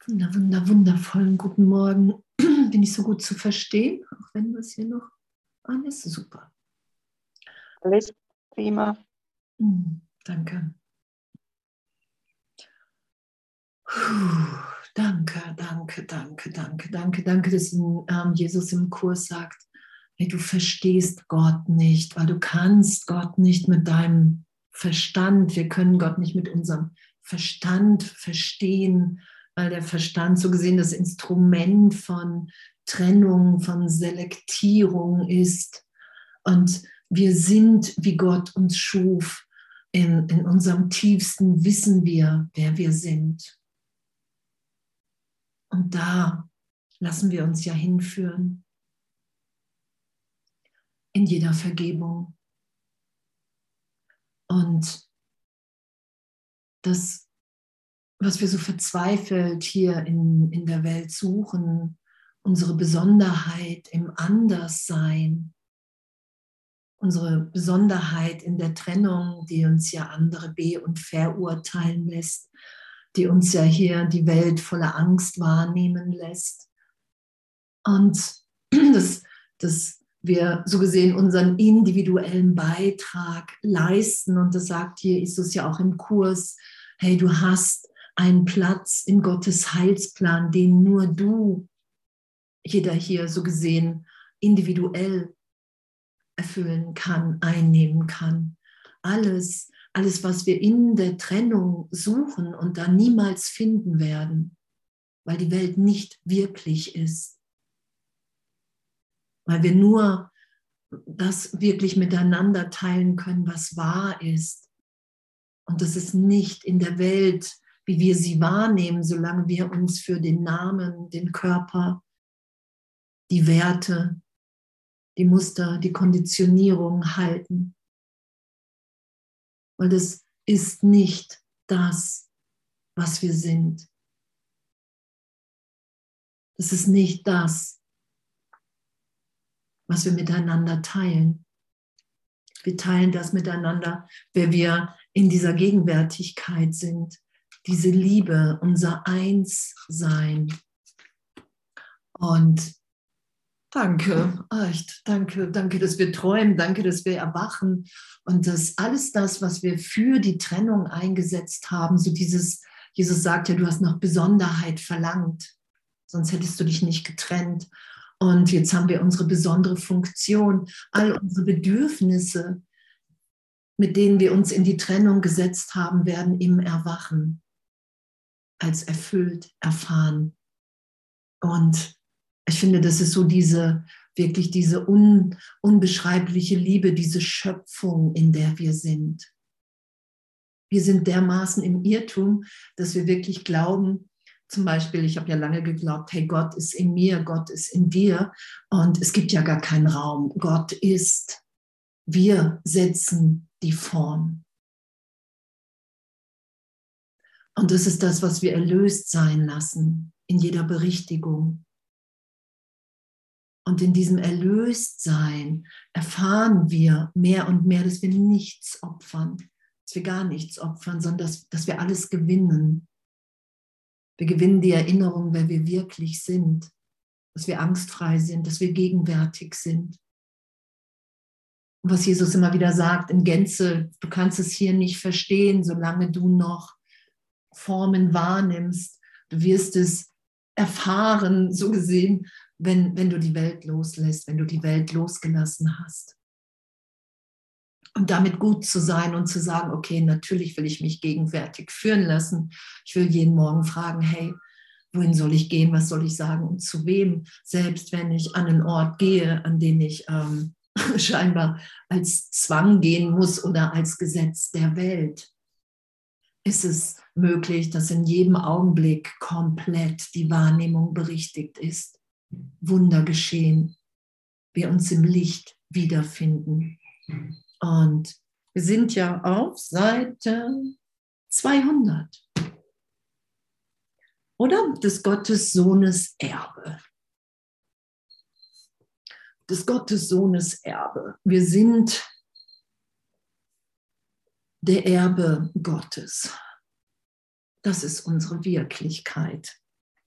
Wundervollen guten Morgen. Bin ich so gut zu verstehen, auch wenn das hier noch an ist? Super. Alles prima. Danke. Danke, dass Jesus im Kurs sagt, hey, du verstehst Gott nicht, weil du kannst Gott nicht mit deinem Verstand, wir können Gott nicht mit unserem Verstand verstehen, weil der Verstand so gesehen das Instrument von Trennung, von Selektierung ist. Und wir sind, wie Gott uns schuf. In unserem Tiefsten wissen wir, wer wir sind. Und da lassen wir uns ja hinführen. In jeder Vergebung. Und das, was wir so verzweifelt hier in der Welt suchen, unsere Besonderheit im Anderssein, unsere Besonderheit in der Trennung, die uns ja andere be- und verurteilen lässt, die uns ja hier die Welt voller Angst wahrnehmen lässt. Und dass wir so gesehen unseren individuellen Beitrag leisten. Und das sagt hier Jesus ja auch im Kurs, hey, du hast einen Platz in Gottes Heilsplan, den nur du, jeder hier so gesehen, individuell erfüllen kann, einnehmen kann. Alles, was wir in der Trennung suchen und dann niemals finden werden, weil die Welt nicht wirklich ist. Weil wir nur das wirklich miteinander teilen können, was wahr ist. Und das ist nicht in der Welt, wie wir sie wahrnehmen, solange wir uns für den Namen, den Körper, die Werte, die Muster, die Konditionierung halten. Weil das ist nicht das, was wir sind. Das ist nicht das, was wir miteinander teilen. Wir teilen das miteinander, wer wir in dieser Gegenwärtigkeit sind. Diese Liebe, unser Einssein. Und danke, echt, danke, dass wir träumen, danke, dass wir erwachen und dass alles das, was wir für die Trennung eingesetzt haben, so dieses, Jesus sagt ja, du hast nach Besonderheit verlangt, sonst hättest du dich nicht getrennt. Und jetzt haben wir unsere besondere Funktion, all unsere Bedürfnisse, mit denen wir uns in die Trennung gesetzt haben, werden im Erwachen als erfüllt erfahren. Und ich finde, das ist so wirklich diese unbeschreibliche Liebe, diese Schöpfung, in der wir sind. Wir sind dermaßen im Irrtum, dass wir wirklich glauben, zum Beispiel, ich habe ja lange geglaubt, hey, Gott ist in mir, Gott ist in dir und es gibt ja gar keinen Raum. Gott ist. Wir setzen die Form. Und das ist das, was wir erlöst sein lassen in jeder Berichtigung. Und in diesem Erlöstsein erfahren wir mehr und mehr, dass wir nichts opfern, dass wir gar nichts opfern, sondern dass wir alles gewinnen. Wir gewinnen die Erinnerung, wer wir wirklich sind, dass wir angstfrei sind, dass wir gegenwärtig sind. Und was Jesus immer wieder sagt, in Gänze, du kannst es hier nicht verstehen, solange du noch Formen wahrnimmst. Du wirst es erfahren, so gesehen, wenn du die Welt loslässt, wenn du die Welt losgelassen hast. Und damit gut zu sein und zu sagen, okay, natürlich will ich mich gegenwärtig führen lassen. Ich will jeden Morgen fragen, hey, wohin soll ich gehen, was soll ich sagen und zu wem? Selbst wenn ich an einen Ort gehe, an den ich scheinbar als Zwang gehen muss oder als Gesetz der Welt, ist es möglich, dass in jedem Augenblick komplett die Wahrnehmung berichtigt ist. Wunder geschehen, wir uns im Licht wiederfinden. Und wir sind ja auf Seite 200. Oder? Des Gottes Sohnes Erbe. Des Gottes Sohnes Erbe. Wir sind der Erbe Gottes. Das ist unsere Wirklichkeit.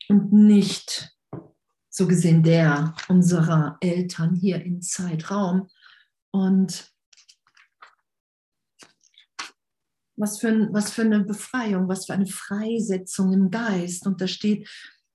und nicht so gesehen der unserer Eltern hier im Zeitraum. Und was für eine Befreiung, was für eine Freisetzung im Geist. Und da steht,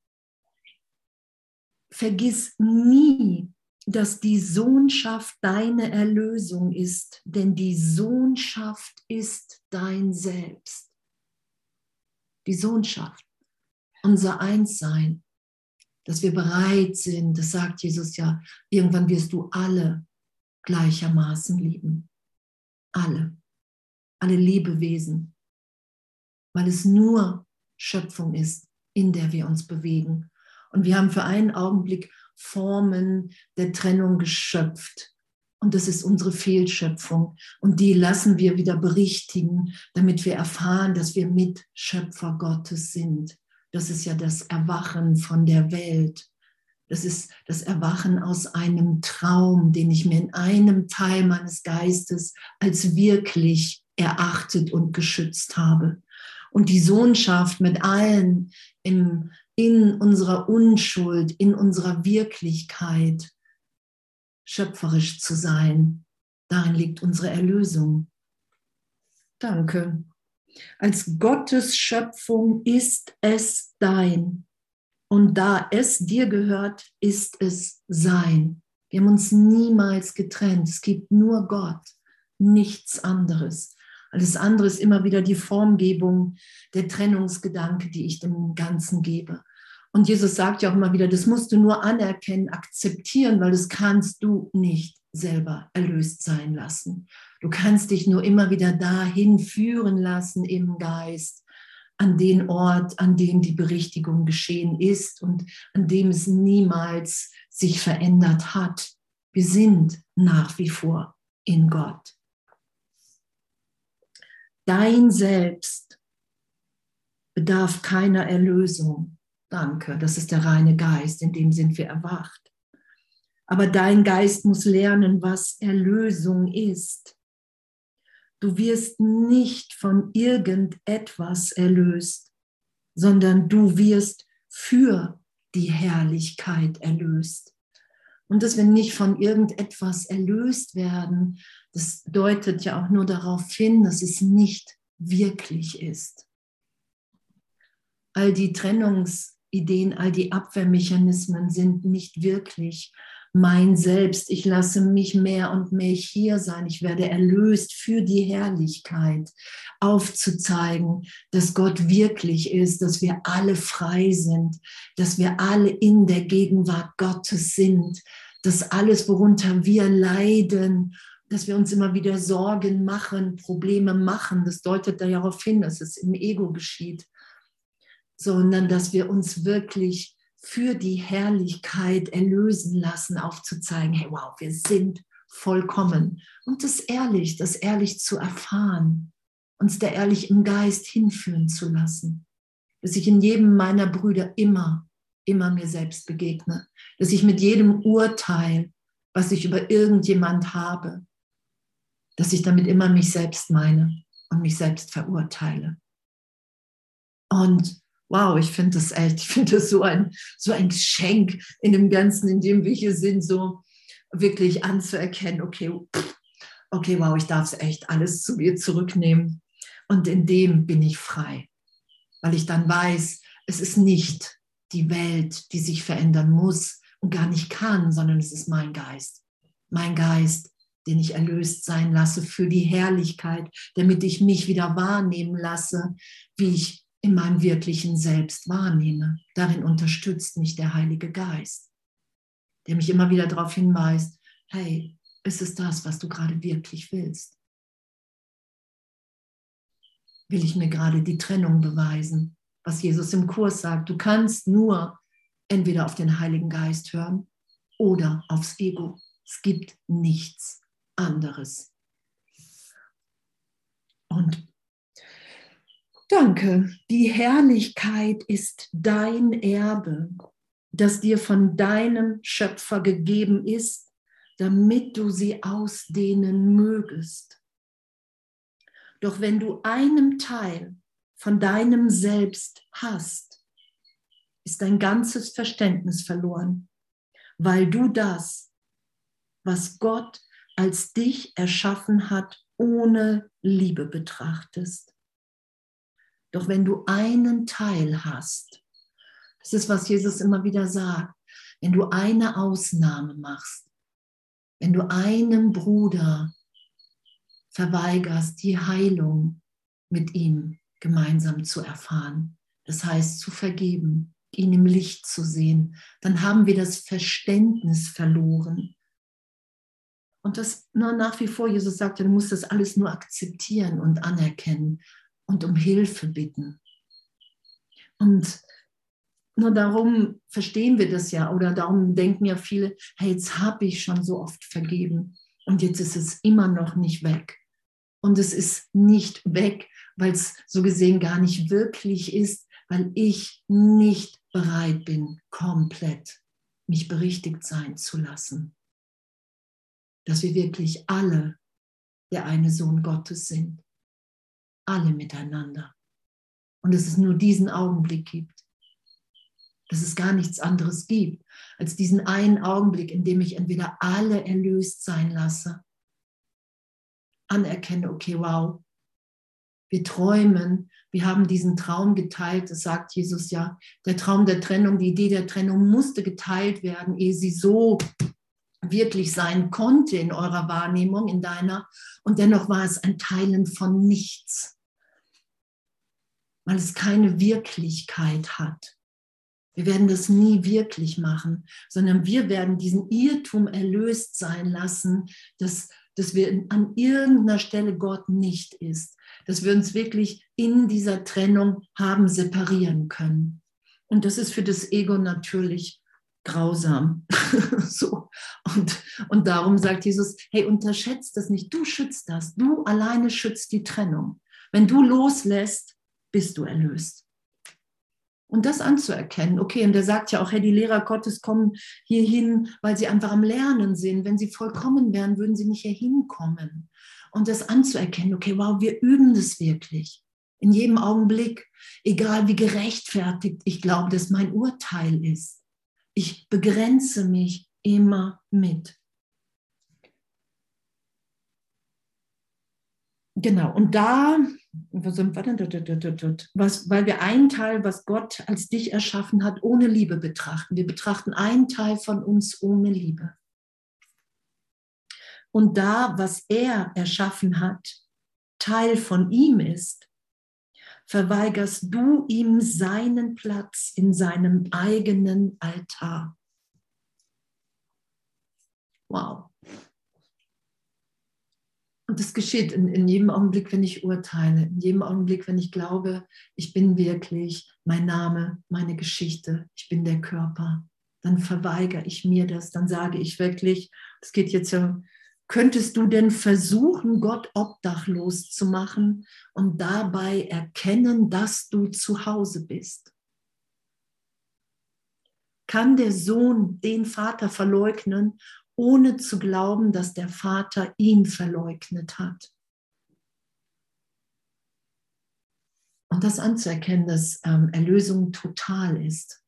vergiss nie, dass die Sohnschaft deine Erlösung ist, denn die Sohnschaft ist dein Selbst. Die Sohnschaft, unser Einssein, dass wir bereit sind, das sagt Jesus ja, irgendwann wirst du alle gleichermaßen lieben. Alle Lebewesen, weil es nur Schöpfung ist, in der wir uns bewegen. Und wir haben für einen Augenblick Formen der Trennung geschöpft. Und das ist unsere Fehlschöpfung. Und die lassen wir wieder berichtigen, damit wir erfahren, dass wir Mitschöpfer Gottes sind. Das ist ja das Erwachen von der Welt. Das ist das Erwachen aus einem Traum, den ich mir in einem Teil meines Geistes als wirklich erachtet und geschützt habe. Und die Sohnschaft mit allen in unserer Unschuld, in unserer Wirklichkeit, schöpferisch zu sein, darin liegt unsere Erlösung. Danke. Als Gottes Schöpfung ist es dein. Und da es dir gehört, ist es sein. Wir haben uns niemals getrennt. Es gibt nur Gott, nichts anderes. Alles andere ist immer wieder die Formgebung, der Trennungsgedanke, die ich dem Ganzen gebe. Und Jesus sagt ja auch immer wieder, das musst du nur anerkennen, akzeptieren, weil das kannst du nicht selber erlöst sein lassen. Du kannst dich nur immer wieder dahin führen lassen im Geist, an den Ort, an dem die Berichtigung geschehen ist und an dem es niemals sich verändert hat. Wir sind nach wie vor in Gott. Dein Selbst bedarf keiner Erlösung. Danke, das ist der reine Geist, in dem sind wir erwacht. Aber dein Geist muss lernen, was Erlösung ist. Du wirst nicht von irgendetwas erlöst, sondern du wirst für die Herrlichkeit erlöst. Und dass wir nicht von irgendetwas erlöst werden, das deutet ja auch nur darauf hin, dass es nicht wirklich ist. All die Trennungsideen, all die Abwehrmechanismen sind nicht wirklich mein Selbst. Ich lasse mich mehr und mehr hier sein. Ich werde erlöst für die Herrlichkeit, aufzuzeigen, dass Gott wirklich ist, dass wir alle frei sind, dass wir alle in der Gegenwart Gottes sind, dass alles, worunter wir leiden, dass wir uns immer wieder Sorgen machen, Probleme machen, das deutet darauf hin, dass es im Ego geschieht, sondern dass wir uns wirklich für die Herrlichkeit erlösen lassen, aufzuzeigen, hey, wow, wir sind vollkommen. Und das ehrlich zu erfahren, uns da ehrlich im Geist hinführen zu lassen. Dass ich in jedem meiner Brüder immer mir selbst begegne. Dass ich mit jedem Urteil, was ich über irgendjemand habe, dass ich damit immer mich selbst meine und mich selbst verurteile. Und wow, ich finde das so ein Geschenk in dem Ganzen, in dem wir hier sind, so wirklich anzuerkennen, okay, wow, ich darf es echt alles zu mir zurücknehmen. Und in dem bin ich frei, weil ich dann weiß, es ist nicht die Welt, die sich verändern muss und gar nicht kann, sondern es ist mein Geist, den ich erlöst sein lasse für die Herrlichkeit, damit ich mich wieder wahrnehmen lasse, wie ich in meinem wirklichen Selbst wahrnehme. Darin unterstützt mich der Heilige Geist, der mich immer wieder darauf hinweist, hey, ist es das, was du gerade wirklich willst? Will ich mir gerade die Trennung beweisen? Was Jesus im Kurs sagt, du kannst nur entweder auf den Heiligen Geist hören oder aufs Ego. Es gibt nichts anderes. Und danke, die Herrlichkeit ist dein Erbe, das dir von deinem Schöpfer gegeben ist, damit du sie ausdehnen mögest. Doch wenn du einen Teil von deinem Selbst hast, ist dein ganzes Verständnis verloren, weil du das, was Gott als dich erschaffen hat, ohne Liebe betrachtest. Doch wenn du einen Teil hast, das ist, was Jesus immer wieder sagt, wenn du eine Ausnahme machst, wenn du einem Bruder verweigerst, die Heilung mit ihm gemeinsam zu erfahren, das heißt zu vergeben, ihn im Licht zu sehen, dann haben wir das Verständnis verloren. Und das nach wie vor, Jesus sagte, du musst das alles nur akzeptieren und anerkennen und um Hilfe bitten. Und nur darum verstehen wir das ja, oder darum denken ja viele, hey, jetzt habe ich schon so oft vergeben und jetzt ist es immer noch nicht weg. Und es ist nicht weg, weil es so gesehen gar nicht wirklich ist, weil ich nicht bereit bin, komplett mich berichtigt sein zu lassen. Dass wir wirklich alle der eine Sohn Gottes sind. Alle miteinander. Und dass es nur diesen Augenblick gibt. Dass es gar nichts anderes gibt, als diesen einen Augenblick, in dem ich entweder alle erlöst sein lasse, anerkenne, okay, wow, wir träumen, wir haben diesen Traum geteilt, das sagt Jesus ja, der Traum der Trennung, die Idee der Trennung musste geteilt werden, ehe sie so wirklich sein konnte in eurer Wahrnehmung, in deiner, und dennoch war es ein Teilen von nichts, weil es keine Wirklichkeit hat. Wir werden das nie wirklich machen, sondern wir werden diesen Irrtum erlöst sein lassen, dass wir an irgendeiner Stelle Gott nicht ist, dass wir uns wirklich in dieser Trennung haben separieren können. Und das ist für das Ego natürlich grausam. So. Und darum sagt Jesus, hey, unterschätzt das nicht, du schützt das, du alleine schützt die Trennung. Wenn du loslässt, bist du erlöst. Und das anzuerkennen, okay, und er sagt ja auch, hey, die Lehrer Gottes kommen hierhin, weil sie einfach am Lernen sind. Wenn sie vollkommen wären, würden sie nicht hier hinkommen. Und das anzuerkennen, okay, wow, wir üben das wirklich. In jedem Augenblick, egal wie gerechtfertigt ich glaube, dass mein Urteil ist. Ich begrenze mich immer mit. Genau, und da, wo sind wir denn? Weil wir einen Teil, was Gott als dich erschaffen hat, ohne Liebe betrachten. Wir betrachten einen Teil von uns ohne Liebe. Und da, was er erschaffen hat, Teil von ihm ist, verweigerst du ihm seinen Platz in seinem eigenen Altar. Wow. Und das geschieht in jedem Augenblick, wenn ich urteile, in jedem Augenblick, wenn ich glaube, ich bin wirklich mein Name, meine Geschichte, ich bin der Körper. Dann verweigere ich mir das, dann sage ich wirklich, es geht jetzt ja, könntest du denn versuchen, Gott obdachlos zu machen und dabei erkennen, dass du zu Hause bist? Kann der Sohn den Vater verleugnen, ohne zu glauben, dass der Vater ihn verleugnet hat? Und das anzuerkennen, dass Erlösung total ist.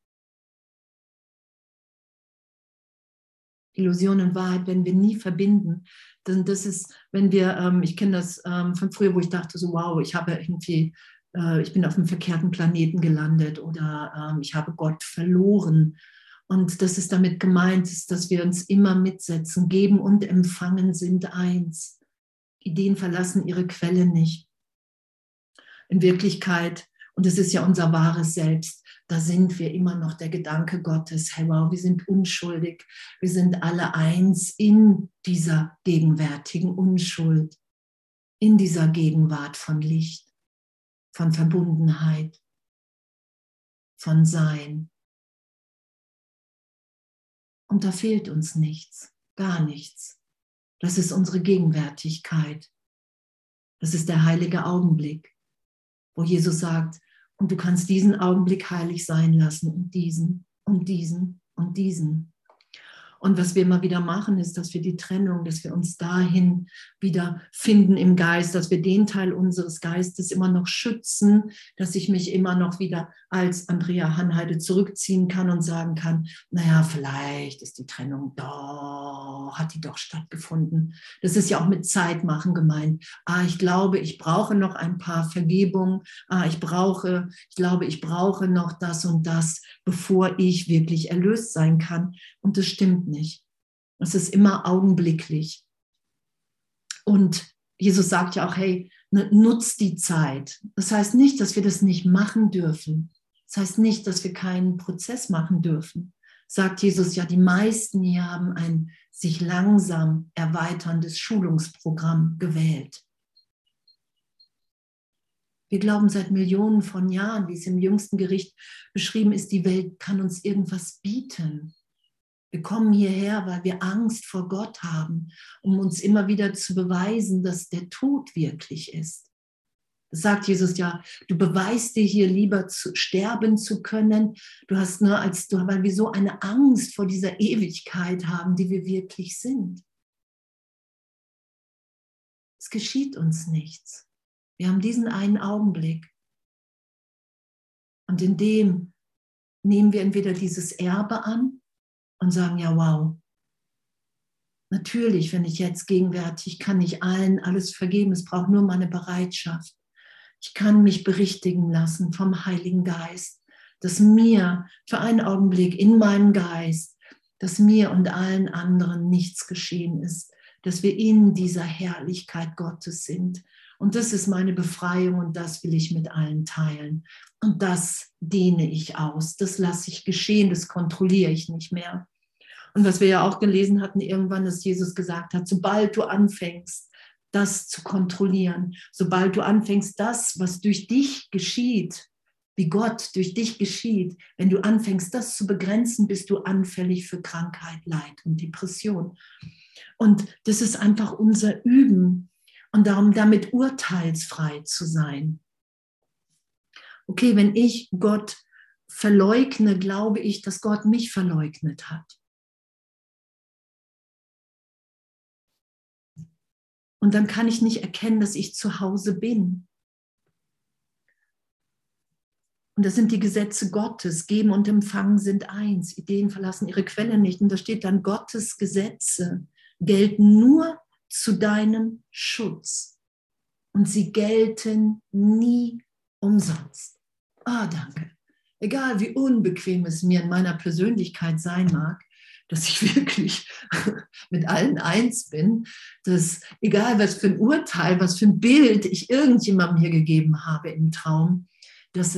Illusion und Wahrheit werden wir nie verbinden. Denn das ist, wenn wir, ich kenne das von früher, wo ich dachte so, wow, ich habe irgendwie, ich bin auf einem verkehrten Planeten gelandet oder ich habe Gott verloren. Und das ist damit gemeint, dass wir uns immer mitsetzen. Geben und empfangen sind eins. Ideen verlassen ihre Quelle nicht. In Wirklichkeit, und es ist ja unser wahres Selbst, da sind wir immer noch der Gedanke Gottes. Hey, wow, wir sind unschuldig. Wir sind alle eins in dieser gegenwärtigen Unschuld, in dieser Gegenwart von Licht, von Verbundenheit, von Sein. Und da fehlt uns nichts, gar nichts. Das ist unsere Gegenwärtigkeit. Das ist der heilige Augenblick, wo Jesus sagt, und du kannst diesen Augenblick heilig sein lassen und diesen und diesen und diesen. Und was wir immer wieder machen, ist, dass wir die Trennung, dass wir uns dahin wieder finden im Geist, dass wir den Teil unseres Geistes immer noch schützen, dass ich mich immer noch wieder als Andrea Hanheide zurückziehen kann und sagen kann, naja, vielleicht ist die Trennung doch, hat die doch stattgefunden. Das ist ja auch mit Zeitmachen gemeint. Ich glaube, ich brauche noch ein paar Vergebungen. Ich glaube, ich brauche noch das und das, bevor ich wirklich erlöst sein kann. Und das stimmt nicht. Es ist immer augenblicklich. Und Jesus sagt ja auch, hey, nutzt die Zeit. Das heißt nicht, dass wir das nicht machen dürfen. Das heißt nicht, dass wir keinen Prozess machen dürfen. Sagt Jesus ja, die meisten hier haben ein sich langsam erweiterndes Schulungsprogramm gewählt. Wir glauben seit Millionen von Jahren, wie es im jüngsten Gericht beschrieben ist, die Welt kann uns irgendwas bieten. Wir kommen hierher, weil wir Angst vor Gott haben, um uns immer wieder zu beweisen, dass der Tod wirklich ist. Das sagt Jesus ja, du beweist dir hier lieber sterben zu können. Du hast weil wir so eine Angst vor dieser Ewigkeit haben, die wir wirklich sind. Es geschieht uns nichts. Wir haben diesen einen Augenblick. Und in dem nehmen wir entweder dieses Erbe an und sagen, ja, wow, natürlich, wenn ich jetzt gegenwärtig, kann ich allen alles vergeben. Es braucht nur meine Bereitschaft. Ich kann mich berichtigen lassen vom Heiligen Geist, dass mir für einen Augenblick in meinem Geist, dass mir und allen anderen nichts geschehen ist, dass wir in dieser Herrlichkeit Gottes sind. Und das ist meine Befreiung und das will ich mit allen teilen. Und das dehne ich aus, das lasse ich geschehen, das kontrolliere ich nicht mehr. Und was wir ja auch gelesen hatten irgendwann, dass Jesus gesagt hat, sobald du anfängst, das zu kontrollieren, sobald du anfängst, das, was durch dich geschieht, wie Gott durch dich geschieht, wenn du anfängst, das zu begrenzen, bist du anfällig für Krankheit, Leid und Depression. Und das ist einfach unser Üben und darum damit urteilsfrei zu sein. Okay, wenn ich Gott verleugne, glaube ich, dass Gott mich verleugnet hat. Und dann kann ich nicht erkennen, dass ich zu Hause bin. Und das sind die Gesetze Gottes. Geben und Empfangen sind eins. Ideen verlassen ihre Quelle nicht. Und da steht dann, Gottes Gesetze gelten nur zu deinem Schutz. Und sie gelten nie umsonst. Danke. Egal wie unbequem es mir in meiner Persönlichkeit sein mag, dass ich wirklich mit allen eins bin, dass egal was für ein Urteil, was für ein Bild ich irgendjemandem hier gegeben habe im Traum, dass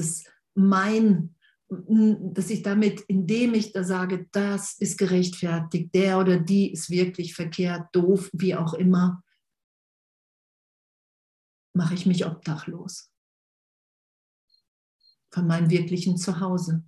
ich damit, indem ich da sage, das ist gerechtfertigt, der oder die ist wirklich verkehrt, doof, wie auch immer, mache ich mich obdachlos von meinem wirklichen Zuhause.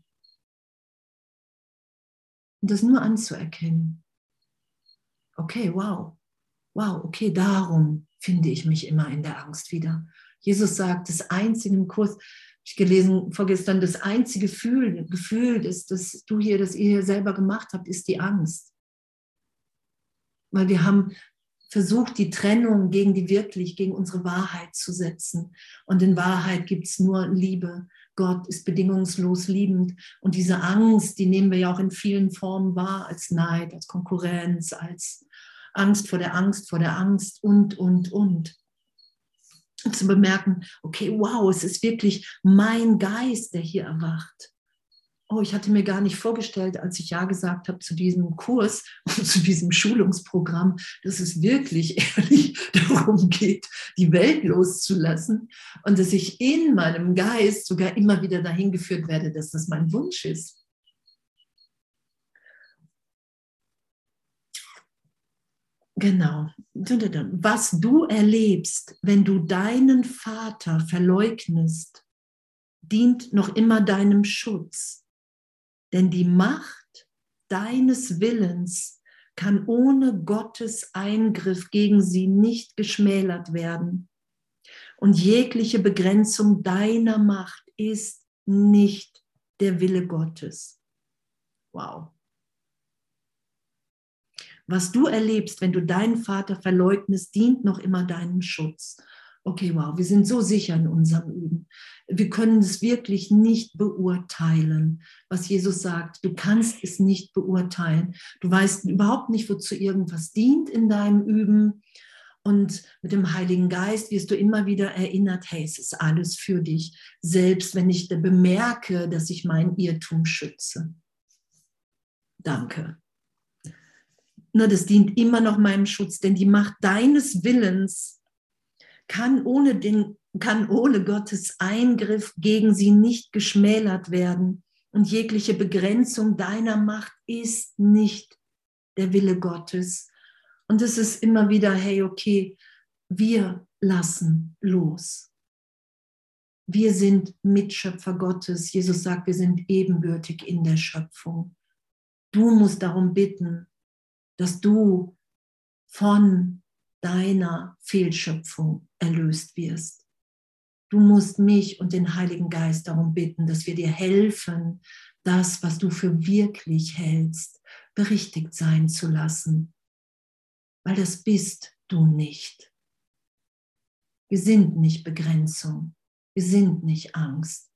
Und das nur anzuerkennen. Okay, wow, okay, darum finde ich mich immer in der Angst wieder. Jesus sagt, das einzige im Kurs, ich gelesen vorgestern, das einzige Gefühl, das ihr hier selber gemacht habt, ist die Angst. Weil wir haben versucht, die Trennung gegen unsere Wahrheit zu setzen. Und in Wahrheit gibt es nur Liebe. Gott ist bedingungslos liebend. Und diese Angst, die nehmen wir ja auch in vielen Formen wahr, als Neid, als Konkurrenz, als Angst vor der Angst und. Und zu bemerken, okay, wow, es ist wirklich mein Geist, der hier erwacht. Oh, ich hatte mir gar nicht vorgestellt, als ich Ja gesagt habe zu diesem Kurs und zu diesem Schulungsprogramm, dass es wirklich ehrlich darum geht, die Welt loszulassen und dass ich in meinem Geist sogar immer wieder dahin geführt werde, dass das mein Wunsch ist. Genau. Was du erlebst, wenn du deinen Vater verleugnest, dient noch immer deinem Schutz. Denn die Macht deines Willens kann ohne Gottes Eingriff gegen sie nicht geschmälert werden. Und jegliche Begrenzung deiner Macht ist nicht der Wille Gottes. Wow. Was du erlebst, wenn du deinen Vater verleugnest, dient noch immer deinem Schutz. Okay, wow, wir sind so sicher in unserem Üben. Wir können es wirklich nicht beurteilen, was Jesus sagt. Du kannst es nicht beurteilen. Du weißt überhaupt nicht, wozu irgendwas dient in deinem Üben. Und mit dem Heiligen Geist wirst du immer wieder erinnert, hey, es ist alles für dich, selbst wenn ich bemerke, dass ich meinen Irrtum schütze. Danke. Das dient immer noch meinem Schutz, denn die Macht deines Willens kann ohne Gottes Eingriff gegen sie nicht geschmälert werden. Und jegliche Begrenzung deiner Macht ist nicht der Wille Gottes. Und es ist immer wieder, hey, okay, wir lassen los. Wir sind Mitschöpfer Gottes. Jesus sagt, wir sind ebenbürtig in der Schöpfung. Du musst darum bitten, dass du von deiner Fehlschöpfung erlöst wirst. Du musst mich und den Heiligen Geist darum bitten, dass wir dir helfen, das, was du für wirklich hältst, berichtigt sein zu lassen. Weil das bist du nicht. Wir sind nicht Begrenzung. Wir sind nicht Angst.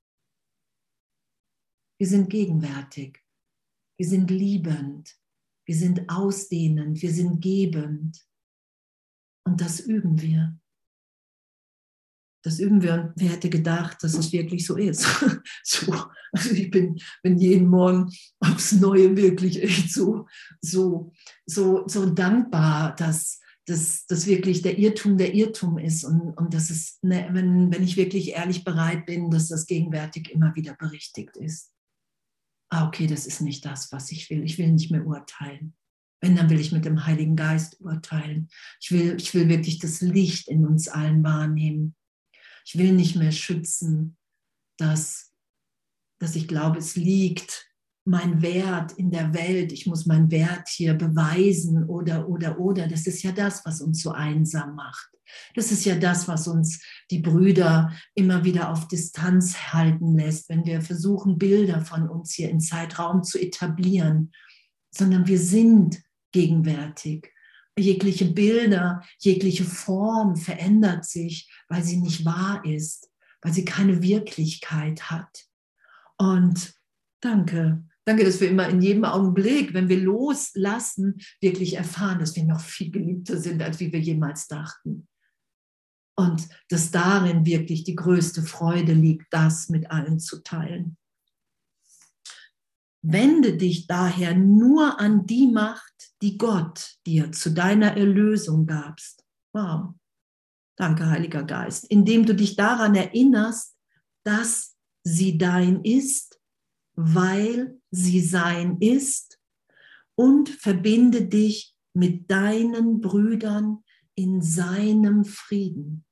Wir sind gegenwärtig. Wir sind liebend. Wir sind ausdehnend. Wir sind gebend. Und das üben wir. Das üben wir. Und wer hätte gedacht, dass es wirklich so ist? Also ich bin jeden Morgen aufs Neue wirklich echt so dankbar, dass wirklich der Irrtum ist. Und dass es, wenn ich wirklich ehrlich bereit bin, dass das gegenwärtig immer wieder berichtigt ist. Okay, das ist nicht das, was ich will. Ich will nicht mehr urteilen. Wenn, dann will ich mit dem Heiligen Geist urteilen. Ich will wirklich das Licht in uns allen wahrnehmen. Ich will nicht mehr schützen, dass ich glaube, es liegt mein Wert in der Welt. Ich muss meinen Wert hier beweisen oder. Das ist ja das, was uns so einsam macht. Das ist ja das, was uns die Brüder immer wieder auf Distanz halten lässt, wenn wir versuchen, Bilder von uns hier im Zeitraum zu etablieren. Sondern wir sind gegenwärtig. Jegliche Bilder, jegliche Form verändert sich, weil sie nicht wahr ist, weil sie keine Wirklichkeit hat. Und danke, dass wir immer in jedem Augenblick, wenn wir loslassen, wirklich erfahren, dass wir noch viel geliebter sind, als wie wir jemals dachten. Und dass darin wirklich die größte Freude liegt, das mit allen zu teilen. Wende dich daher nur an die Macht, die Gott dir zu deiner Erlösung gabst. Wow. Danke, Heiliger Geist. Indem du dich daran erinnerst, dass sie dein ist, weil sie sein ist, und verbinde dich mit deinen Brüdern in seinem Frieden.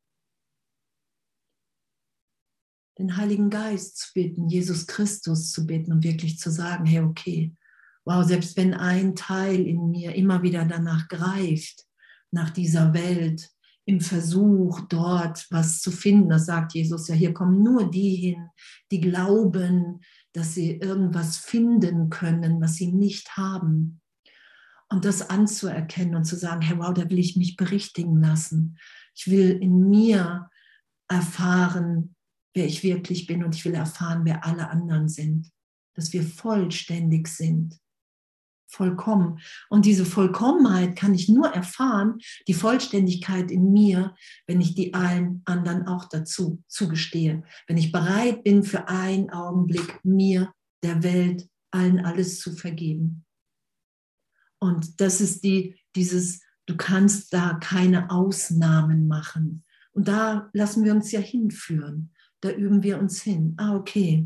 Den Heiligen Geist zu bitten, Jesus Christus zu bitten und wirklich zu sagen, hey, okay, wow, selbst wenn ein Teil in mir immer wieder danach greift, nach dieser Welt, im Versuch, dort was zu finden, das sagt Jesus ja, hier kommen nur die hin, die glauben, dass sie irgendwas finden können, was sie nicht haben. Und das anzuerkennen und zu sagen, hey, wow, da will ich mich berichtigen lassen. Ich will in mir erfahren, wer ich wirklich bin, und ich will erfahren, wer alle anderen sind. Dass wir vollständig sind. Vollkommen. Und diese Vollkommenheit kann ich nur erfahren, die Vollständigkeit in mir, wenn ich die allen anderen auch dazu zugestehe. Wenn ich bereit bin, für einen Augenblick mir, der Welt, allen alles zu vergeben. Und das ist du kannst da keine Ausnahmen machen. Und da lassen wir uns ja hinführen. Da üben wir uns hin. Okay.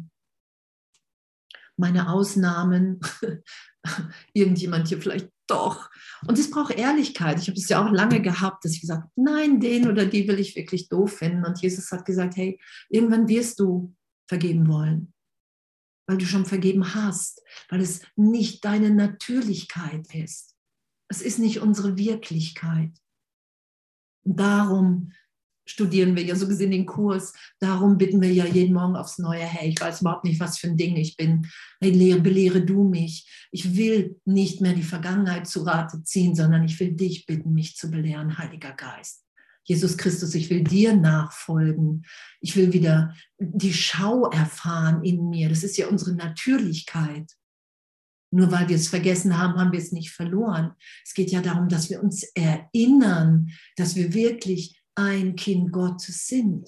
Meine Ausnahmen, irgendjemand hier vielleicht doch. Und es braucht Ehrlichkeit. Ich habe es ja auch lange gehabt, dass ich gesagt habe, nein, den oder die will ich wirklich doof finden. Und Jesus hat gesagt, hey, irgendwann wirst du vergeben wollen. Weil du schon vergeben hast. Weil es nicht deine Natürlichkeit ist. Es ist nicht unsere Wirklichkeit. Und darum studieren wir ja so gesehen den Kurs. Darum bitten wir ja jeden Morgen aufs Neue, hey, ich weiß überhaupt nicht, was für ein Ding ich bin. Hey, belehre du mich. Ich will nicht mehr die Vergangenheit zu Rate ziehen, sondern ich will dich bitten, mich zu belehren, Heiliger Geist. Jesus Christus, ich will dir nachfolgen. Ich will wieder die Schau erfahren in mir. Das ist ja unsere Natürlichkeit. Nur weil wir es vergessen haben, haben wir es nicht verloren. Es geht ja darum, dass wir uns erinnern, dass wir wirklich ein Kind Gottes sind.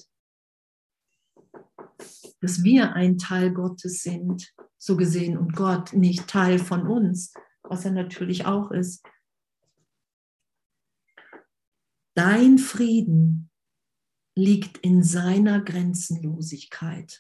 Dass wir ein Teil Gottes sind, so gesehen, und Gott nicht Teil von uns, was er natürlich auch ist. Dein Frieden liegt in seiner Grenzenlosigkeit.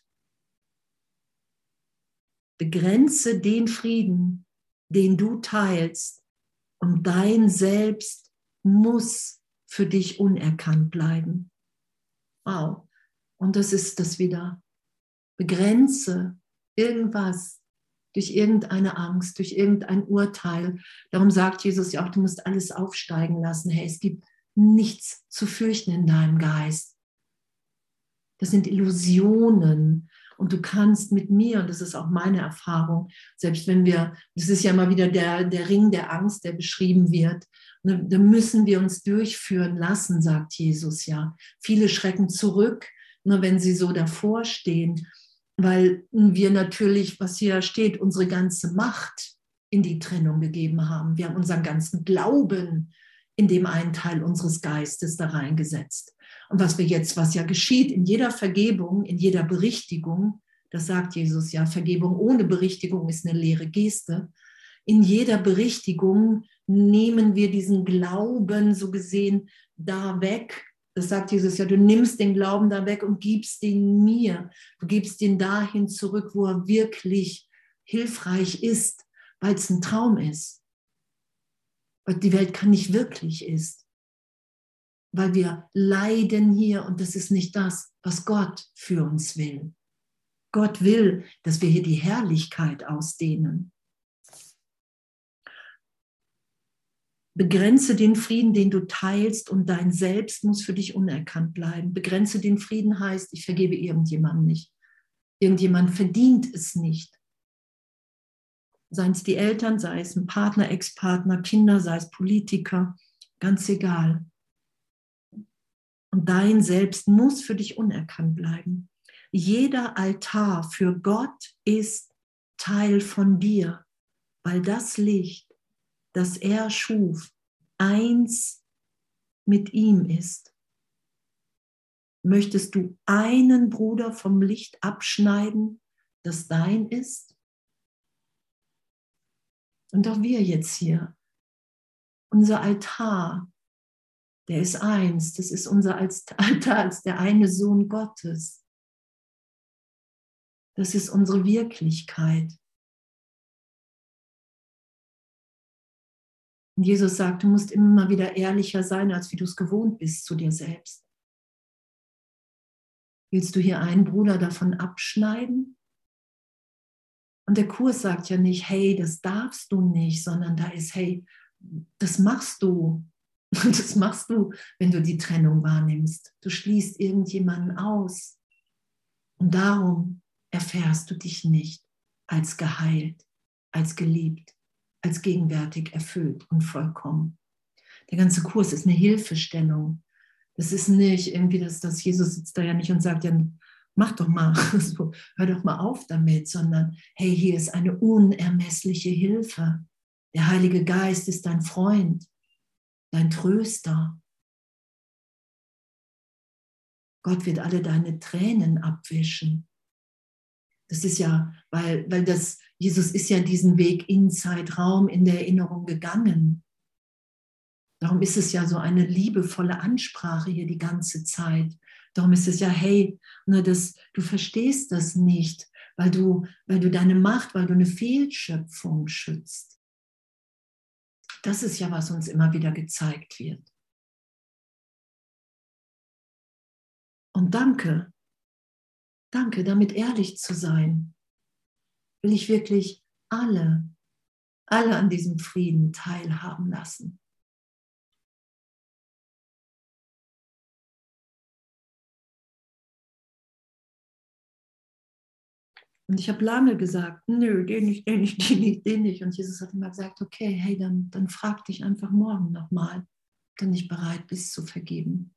Begrenze den Frieden, den du teilst, und dein Selbst muss für dich unerkannt bleiben. Wow. Und das ist das wieder. Begrenze irgendwas durch irgendeine Angst, durch irgendein Urteil. Darum sagt Jesus ja auch, du musst alles aufsteigen lassen. Hey, es gibt nichts zu fürchten in deinem Geist. Das sind Illusionen. Und du kannst mit mir, und das ist auch meine Erfahrung, selbst wenn wir, das ist ja immer wieder der Ring der Angst, der beschrieben wird, da müssen wir uns durchführen lassen, sagt Jesus ja. Viele schrecken zurück, nur wenn sie so davor stehen, weil wir natürlich, was hier steht, unsere ganze Macht in die Trennung gegeben haben. Wir haben unseren ganzen Glauben in dem einen Teil unseres Geistes da reingesetzt. Und was ja geschieht in jeder Vergebung, in jeder Berichtigung, das sagt Jesus ja, Vergebung ohne Berichtigung ist eine leere Geste. In jeder Berichtigung nehmen wir diesen Glauben so gesehen da weg. Das sagt Jesus ja, du nimmst den Glauben da weg und gibst ihn mir. Du gibst ihn dahin zurück, wo er wirklich hilfreich ist, weil es ein Traum ist. Weil die Welt kann nicht wirklich ist. Weil wir leiden hier und das ist nicht das, was Gott für uns will. Gott will, dass wir hier die Herrlichkeit ausdehnen. Begrenze den Frieden, den du teilst, und dein Selbst muss für dich unerkannt bleiben. Begrenze den Frieden heißt, ich vergebe irgendjemandem nicht. Irgendjemand verdient es nicht. Seien es die Eltern, sei es ein Partner, Ex-Partner, Kinder, sei es Politiker, ganz egal. Und dein Selbst muss für dich unerkannt bleiben. Jeder Altar für Gott ist Teil von dir, weil das Licht, das er schuf, eins mit ihm ist. Möchtest du einen Bruder vom Licht abschneiden, das dein ist? Und auch wir jetzt hier, unser Altar, der ist eins, das ist unser Altar als der eine Sohn Gottes. Das ist unsere Wirklichkeit. Und Jesus sagt, du musst immer wieder ehrlicher sein, als wie du es gewohnt bist zu dir selbst. Willst du hier einen Bruder davon abschneiden? Und der Kurs sagt ja nicht, hey, das darfst du nicht, sondern da ist, hey, das machst du. Und das machst du, wenn du die Trennung wahrnimmst. Du schließt irgendjemanden aus. Und darum erfährst du dich nicht als geheilt, als geliebt, als gegenwärtig erfüllt und vollkommen. Der ganze Kurs ist eine Hilfestellung. Das ist nicht irgendwie, dass Jesus sitzt da ja nicht und sagt, ja, mach doch mal, so, hör doch mal auf damit, sondern hey, hier ist eine unermessliche Hilfe. Der Heilige Geist ist dein Freund, dein Tröster. Gott wird alle deine Tränen abwischen. Das ist ja, weil Jesus ist ja diesen Weg in Zeitraum, in der Erinnerung gegangen. Darum ist es ja so eine liebevolle Ansprache hier die ganze Zeit. Darum ist es ja, hey, du verstehst das nicht, weil du deine Macht, weil du eine Fehlschöpfung schützt. Das ist ja, was uns immer wieder gezeigt wird. Und danke, damit ehrlich zu sein, will ich wirklich alle an diesem Frieden teilhaben lassen. Und ich habe lange gesagt, nö, den nicht, den nicht, den nicht, den nicht. Und Jesus hat immer gesagt, okay, hey, dann frag dich einfach morgen nochmal, ob du nicht bereit bist zu vergeben.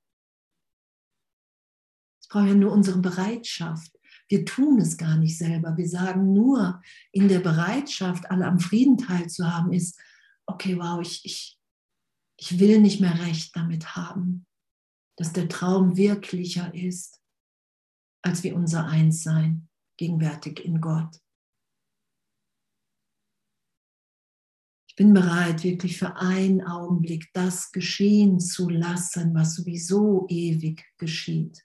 Es braucht ja nur unsere Bereitschaft. Wir tun es gar nicht selber. Wir sagen nur, in der Bereitschaft, alle am Frieden teilzuhaben, ist, okay, wow, ich will nicht mehr recht damit haben, dass der Traum wirklicher ist, als wir unser Einssein gegenwärtig in Gott. Ich bin bereit, wirklich für einen Augenblick das geschehen zu lassen, was sowieso ewig geschieht.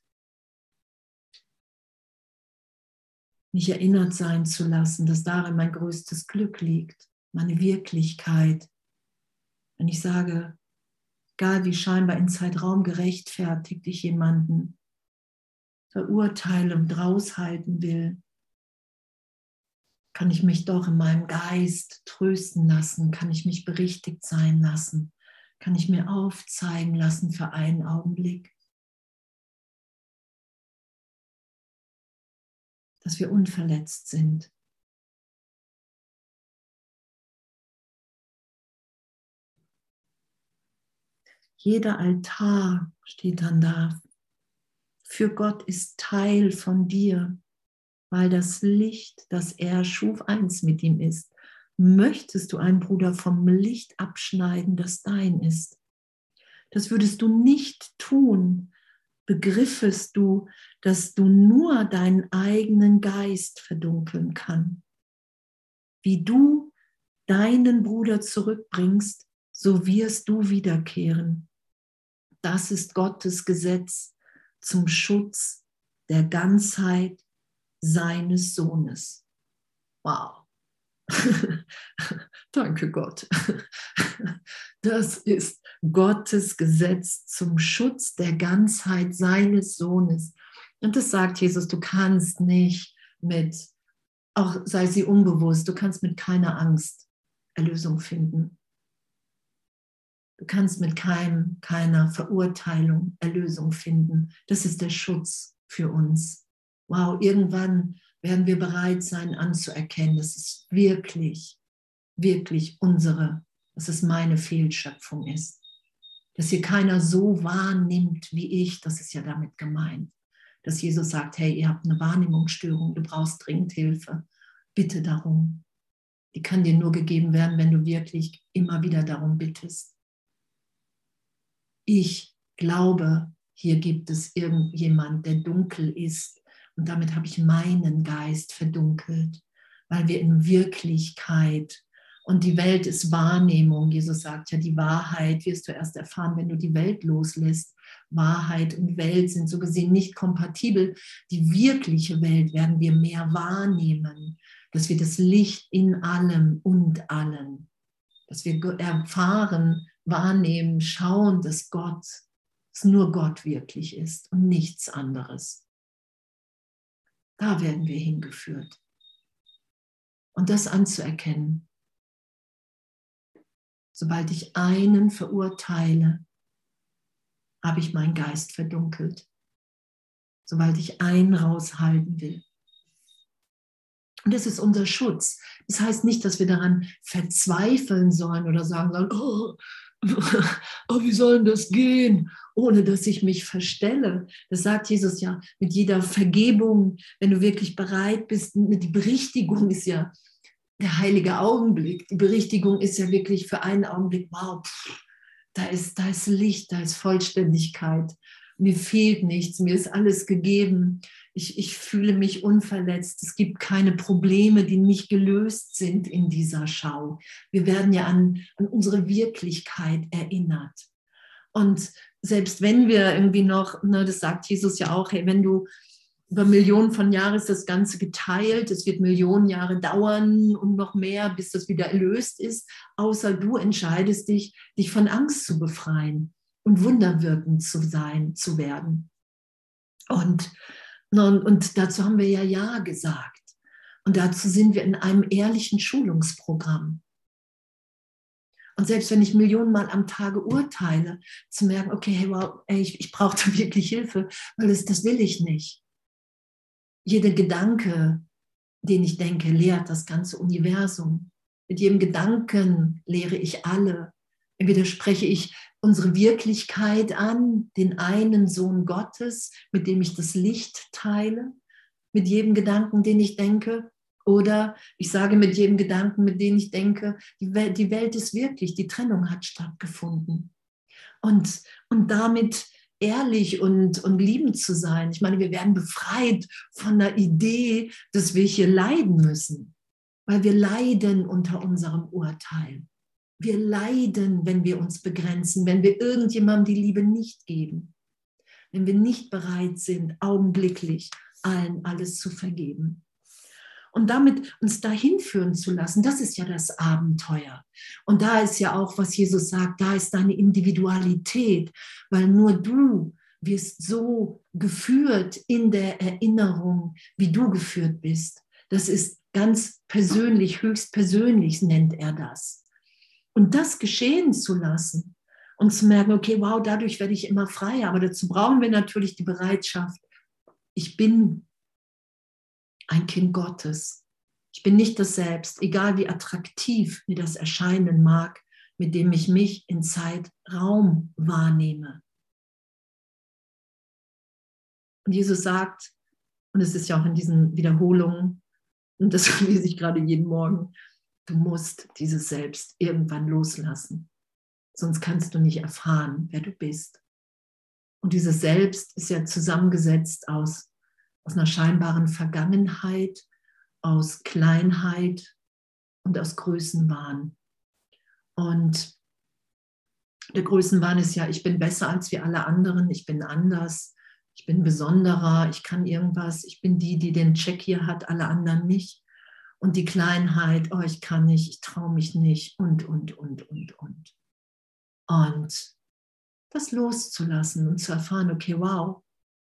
Mich erinnert sein zu lassen, dass darin mein größtes Glück liegt, meine Wirklichkeit. Wenn ich sage, egal wie scheinbar in Zeitraum gerechtfertigt ich jemanden verurteile und raushalten will, kann ich mich doch in meinem Geist trösten lassen, kann ich mich berichtigt sein lassen, kann ich mir aufzeigen lassen für einen Augenblick, dass wir unverletzt sind. Jeder Altar steht dann da. Für Gott ist Teil von dir, weil das Licht, das er schuf, eins mit ihm ist. Möchtest du einen Bruder vom Licht abschneiden, das dein ist? Das würdest du nicht tun, begriffest du, dass du nur deinen eigenen Geist verdunkeln kann. Wie du deinen Bruder zurückbringst, so wirst du wiederkehren. Das ist Gottes Gesetz zum Schutz der Ganzheit seines Sohnes. Wow. Danke Gott. Das ist Gottes Gesetz zum Schutz der Ganzheit seines Sohnes. Und das sagt Jesus, du kannst nicht mit, auch sei sie unbewusst, du kannst mit keiner Angst Erlösung finden. Du kannst mit keiner Verurteilung Erlösung finden. Das ist der Schutz für uns. Wow, irgendwann werden wir bereit sein anzuerkennen, dass es wirklich, wirklich dass es meine Fehlschöpfung ist. Dass hier keiner so wahrnimmt wie ich, das ist ja damit gemeint. Dass Jesus sagt, hey, ihr habt eine Wahrnehmungsstörung, du brauchst dringend Hilfe. Bitte darum. Die kann dir nur gegeben werden, wenn du wirklich immer wieder darum bittest. Ich glaube, hier gibt es irgendjemand, der dunkel ist. Und damit habe ich meinen Geist verdunkelt, weil wir in Wirklichkeit, und die Welt ist Wahrnehmung. Jesus sagt ja, die Wahrheit wirst du erst erfahren, wenn du die Welt loslässt. Wahrheit und Welt sind so gesehen nicht kompatibel. Die wirkliche Welt werden wir mehr wahrnehmen, dass wir das Licht in allem und allen, dass wir erfahren, wahrnehmen, schauen, dass nur Gott wirklich ist und nichts anderes. Da werden wir hingeführt. Und das anzuerkennen. Sobald ich einen verurteile, habe ich meinen Geist verdunkelt. Sobald ich einen raushalten will. Und das ist unser Schutz. Das heißt nicht, dass wir daran verzweifeln sollen oder sagen sollen, oh, wie soll denn das gehen, ohne dass ich mich verstelle. Das sagt Jesus ja mit jeder Vergebung, wenn du wirklich bereit bist. Die Berichtigung ist ja der heilige Augenblick. Die Berichtigung ist ja wirklich für einen Augenblick, wow, da ist Licht, da ist Vollständigkeit. Mir fehlt nichts, mir ist alles gegeben. Ich fühle mich unverletzt. Es gibt keine Probleme, die nicht gelöst sind in dieser Schau. Wir werden ja an unsere Wirklichkeit erinnert. Und selbst wenn wir irgendwie noch, das sagt Jesus ja auch, hey, wenn du über Millionen von Jahren ist das Ganze geteilt, es wird Millionen Jahre dauern und noch mehr, bis das wieder erlöst ist, außer du entscheidest dich von Angst zu befreien und wunderwirkend zu werden. Und dazu haben wir ja gesagt. Und dazu sind wir in einem ehrlichen Schulungsprogramm. Und selbst wenn ich Millionen Mal am Tage urteile, zu merken, okay, hey, wow, ey, ich brauche da wirklich Hilfe, weil das will ich nicht. Jeder Gedanke, den ich denke, lehrt das ganze Universum. Mit jedem Gedanken lehre ich alle. Entweder spreche ich unsere Wirklichkeit an, den einen Sohn Gottes, mit dem ich das Licht teile, mit jedem Gedanken, den ich denke. Oder ich sage mit jedem Gedanken, mit dem ich denke, die Welt ist wirklich, die Trennung hat stattgefunden. Und damit ehrlich und liebend zu sein. Ich meine, wir werden befreit von der Idee, dass wir hier leiden müssen, weil wir leiden unter unserem Urteil. Wir leiden, wenn wir uns begrenzen, wenn wir irgendjemandem die Liebe nicht geben, wenn wir nicht bereit sind, augenblicklich allen alles zu vergeben. Und damit uns dahin führen zu lassen, das ist ja das Abenteuer. Und da ist ja auch, was Jesus sagt, da ist deine Individualität, weil nur du wirst so geführt in der Erinnerung, wie du geführt bist. Das ist ganz persönlich, höchstpersönlich nennt er das. Und das geschehen zu lassen und zu merken, okay, wow, dadurch werde ich immer freier. Aber dazu brauchen wir natürlich die Bereitschaft, ich bin ein Kind Gottes. Ich bin nicht das Selbst, egal wie attraktiv mir das erscheinen mag, mit dem ich mich in Zeit, Raum wahrnehme. Und Jesus sagt, und es ist ja auch in diesen Wiederholungen, und das lese ich gerade jeden Morgen, du musst dieses Selbst irgendwann loslassen. Sonst kannst du nicht erfahren, wer du bist. Und dieses Selbst ist ja zusammengesetzt aus einer scheinbaren Vergangenheit, aus Kleinheit und aus Größenwahn. Und der Größenwahn ist ja, ich bin besser als wir alle anderen, ich bin anders, ich bin besonderer, ich kann irgendwas, ich bin die den Check hier hat, alle anderen nicht. Und die Kleinheit, oh, ich kann nicht, ich traue mich nicht und. Und das loszulassen und zu erfahren, okay, wow,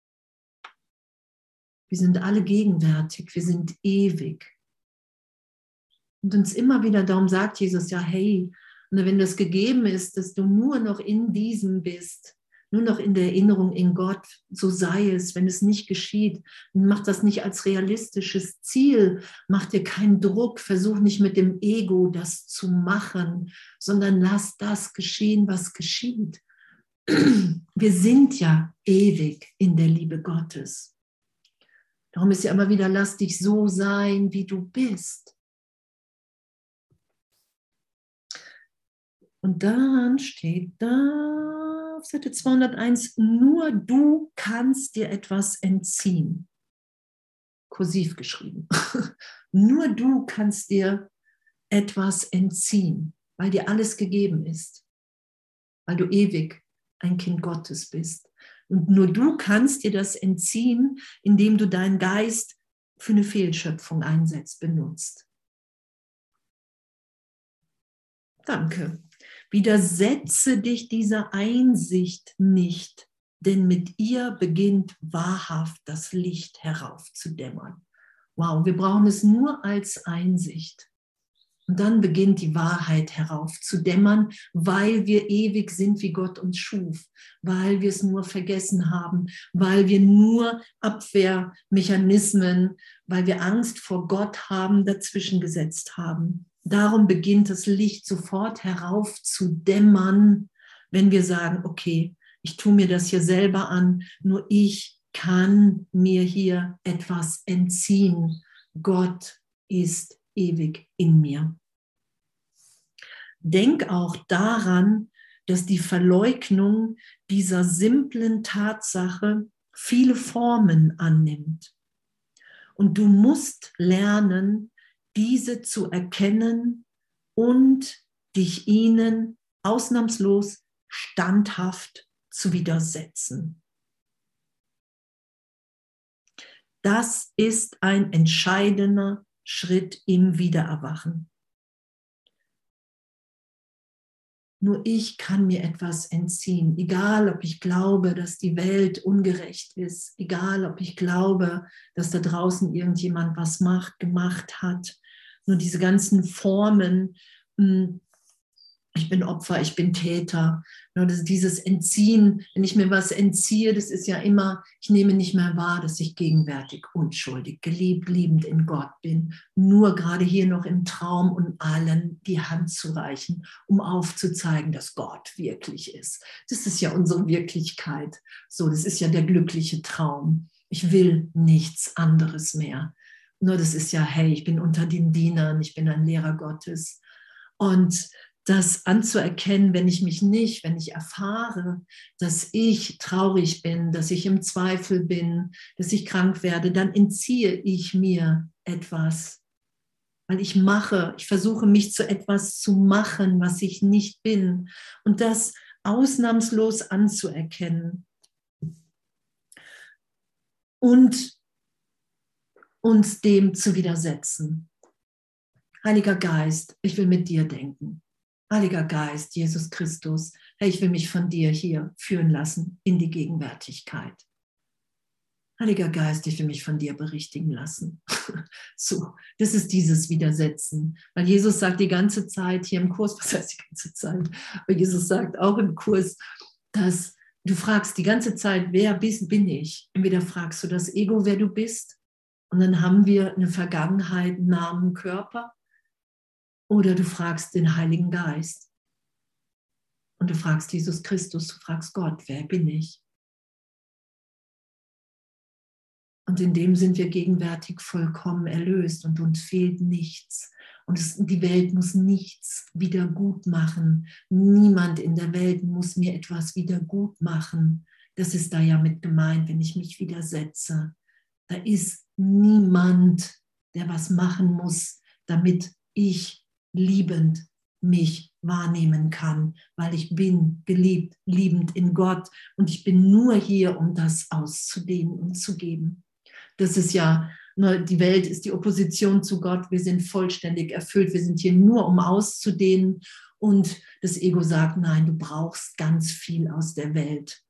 wir sind alle gegenwärtig, wir sind ewig. Und uns immer wieder, darum sagt Jesus ja, hey, wenn das gegeben ist, dass du nur noch in diesem bist, nur noch in der Erinnerung in Gott, so sei es, wenn es nicht geschieht, mach das nicht als realistisches Ziel, mach dir keinen Druck, versuch nicht mit dem Ego das zu machen, sondern lass das geschehen, was geschieht. Wir sind ja ewig in der Liebe Gottes. Darum ist ja immer wieder, lass dich so sein, wie du bist. Und dann steht da auf Seite 201, nur du kannst dir etwas entziehen. Kursiv geschrieben. Nur du kannst dir etwas entziehen, weil dir alles gegeben ist. Weil du ewig ein Kind Gottes bist. Und nur du kannst dir das entziehen, indem du deinen Geist für eine Fehlschöpfung einsetzt, benutzt. Danke. Widersetze dich dieser Einsicht nicht, denn mit ihr beginnt wahrhaft das Licht heraufzudämmern. Wow, wir brauchen es nur als Einsicht. Und dann beginnt die Wahrheit heraufzudämmern, weil wir ewig sind, wie Gott uns schuf, weil wir es nur vergessen haben, weil wir nur Abwehrmechanismen, weil wir Angst vor Gott haben, dazwischen gesetzt haben. Darum beginnt das Licht sofort heraufzudämmern, wenn wir sagen, okay, ich tue mir das hier selber an, nur ich kann mir hier etwas entziehen. Gott ist ewig in mir. Denk auch daran, dass die Verleugnung dieser simplen Tatsache viele Formen annimmt. Und du musst lernen, diese zu erkennen und dich ihnen ausnahmslos standhaft zu widersetzen. Das ist ein entscheidender Schritt im Wiedererwachen. Nur ich kann mir etwas entziehen, egal ob ich glaube, dass die Welt ungerecht ist, egal ob ich glaube, dass da draußen irgendjemand was gemacht hat. Nur diese ganzen Formen, ich bin Opfer, ich bin Täter. Das ist dieses Entziehen, wenn ich mir was entziehe, das ist ja immer, ich nehme nicht mehr wahr, dass ich gegenwärtig, unschuldig, geliebt, liebend in Gott bin. Nur gerade hier noch im Traum und allen die Hand zu reichen, um aufzuzeigen, dass Gott wirklich ist. Das ist ja unsere Wirklichkeit. So, das ist ja der glückliche Traum. Ich will nichts anderes mehr. Nur das ist ja, hey, ich bin unter den Dienern, ich bin ein Lehrer Gottes. Und das anzuerkennen, wenn ich erfahre, dass ich traurig bin, dass ich im Zweifel bin, dass ich krank werde, dann entziehe ich mir etwas. Weil ich versuche mich zu etwas zu machen, was ich nicht bin. Und das ausnahmslos anzuerkennen. Und uns dem zu widersetzen. Heiliger Geist, ich will mit dir denken. Heiliger Geist, Jesus Christus, Herr, ich will mich von dir hier führen lassen in die Gegenwärtigkeit. Heiliger Geist, ich will mich von dir berichtigen lassen. So, das ist dieses Widersetzen. Weil Jesus sagt die ganze Zeit hier im Kurs, was heißt die ganze Zeit? Aber Jesus sagt auch im Kurs, dass du fragst die ganze Zeit, wer bin ich? Entweder fragst du das Ego, wer du bist, und dann haben wir eine Vergangenheit, Namen, Körper. Oder du fragst den Heiligen Geist. Und du fragst Jesus Christus, du fragst Gott, wer bin ich? Und in dem sind wir gegenwärtig vollkommen erlöst und uns fehlt nichts. Und die Welt muss nichts wieder gut machen. Niemand in der Welt muss mir etwas wieder gut machen. Das ist da ja mit gemeint, wenn ich mich widersetze. Da ist niemand, der was machen muss, damit ich liebend mich wahrnehmen kann, weil ich bin geliebt, liebend in Gott und ich bin nur hier, um das auszudehnen und zu geben. Das ist ja, die Welt ist die Opposition zu Gott, wir sind vollständig erfüllt, wir sind hier nur, um auszudehnen und das Ego sagt, nein, du brauchst ganz viel aus der Welt.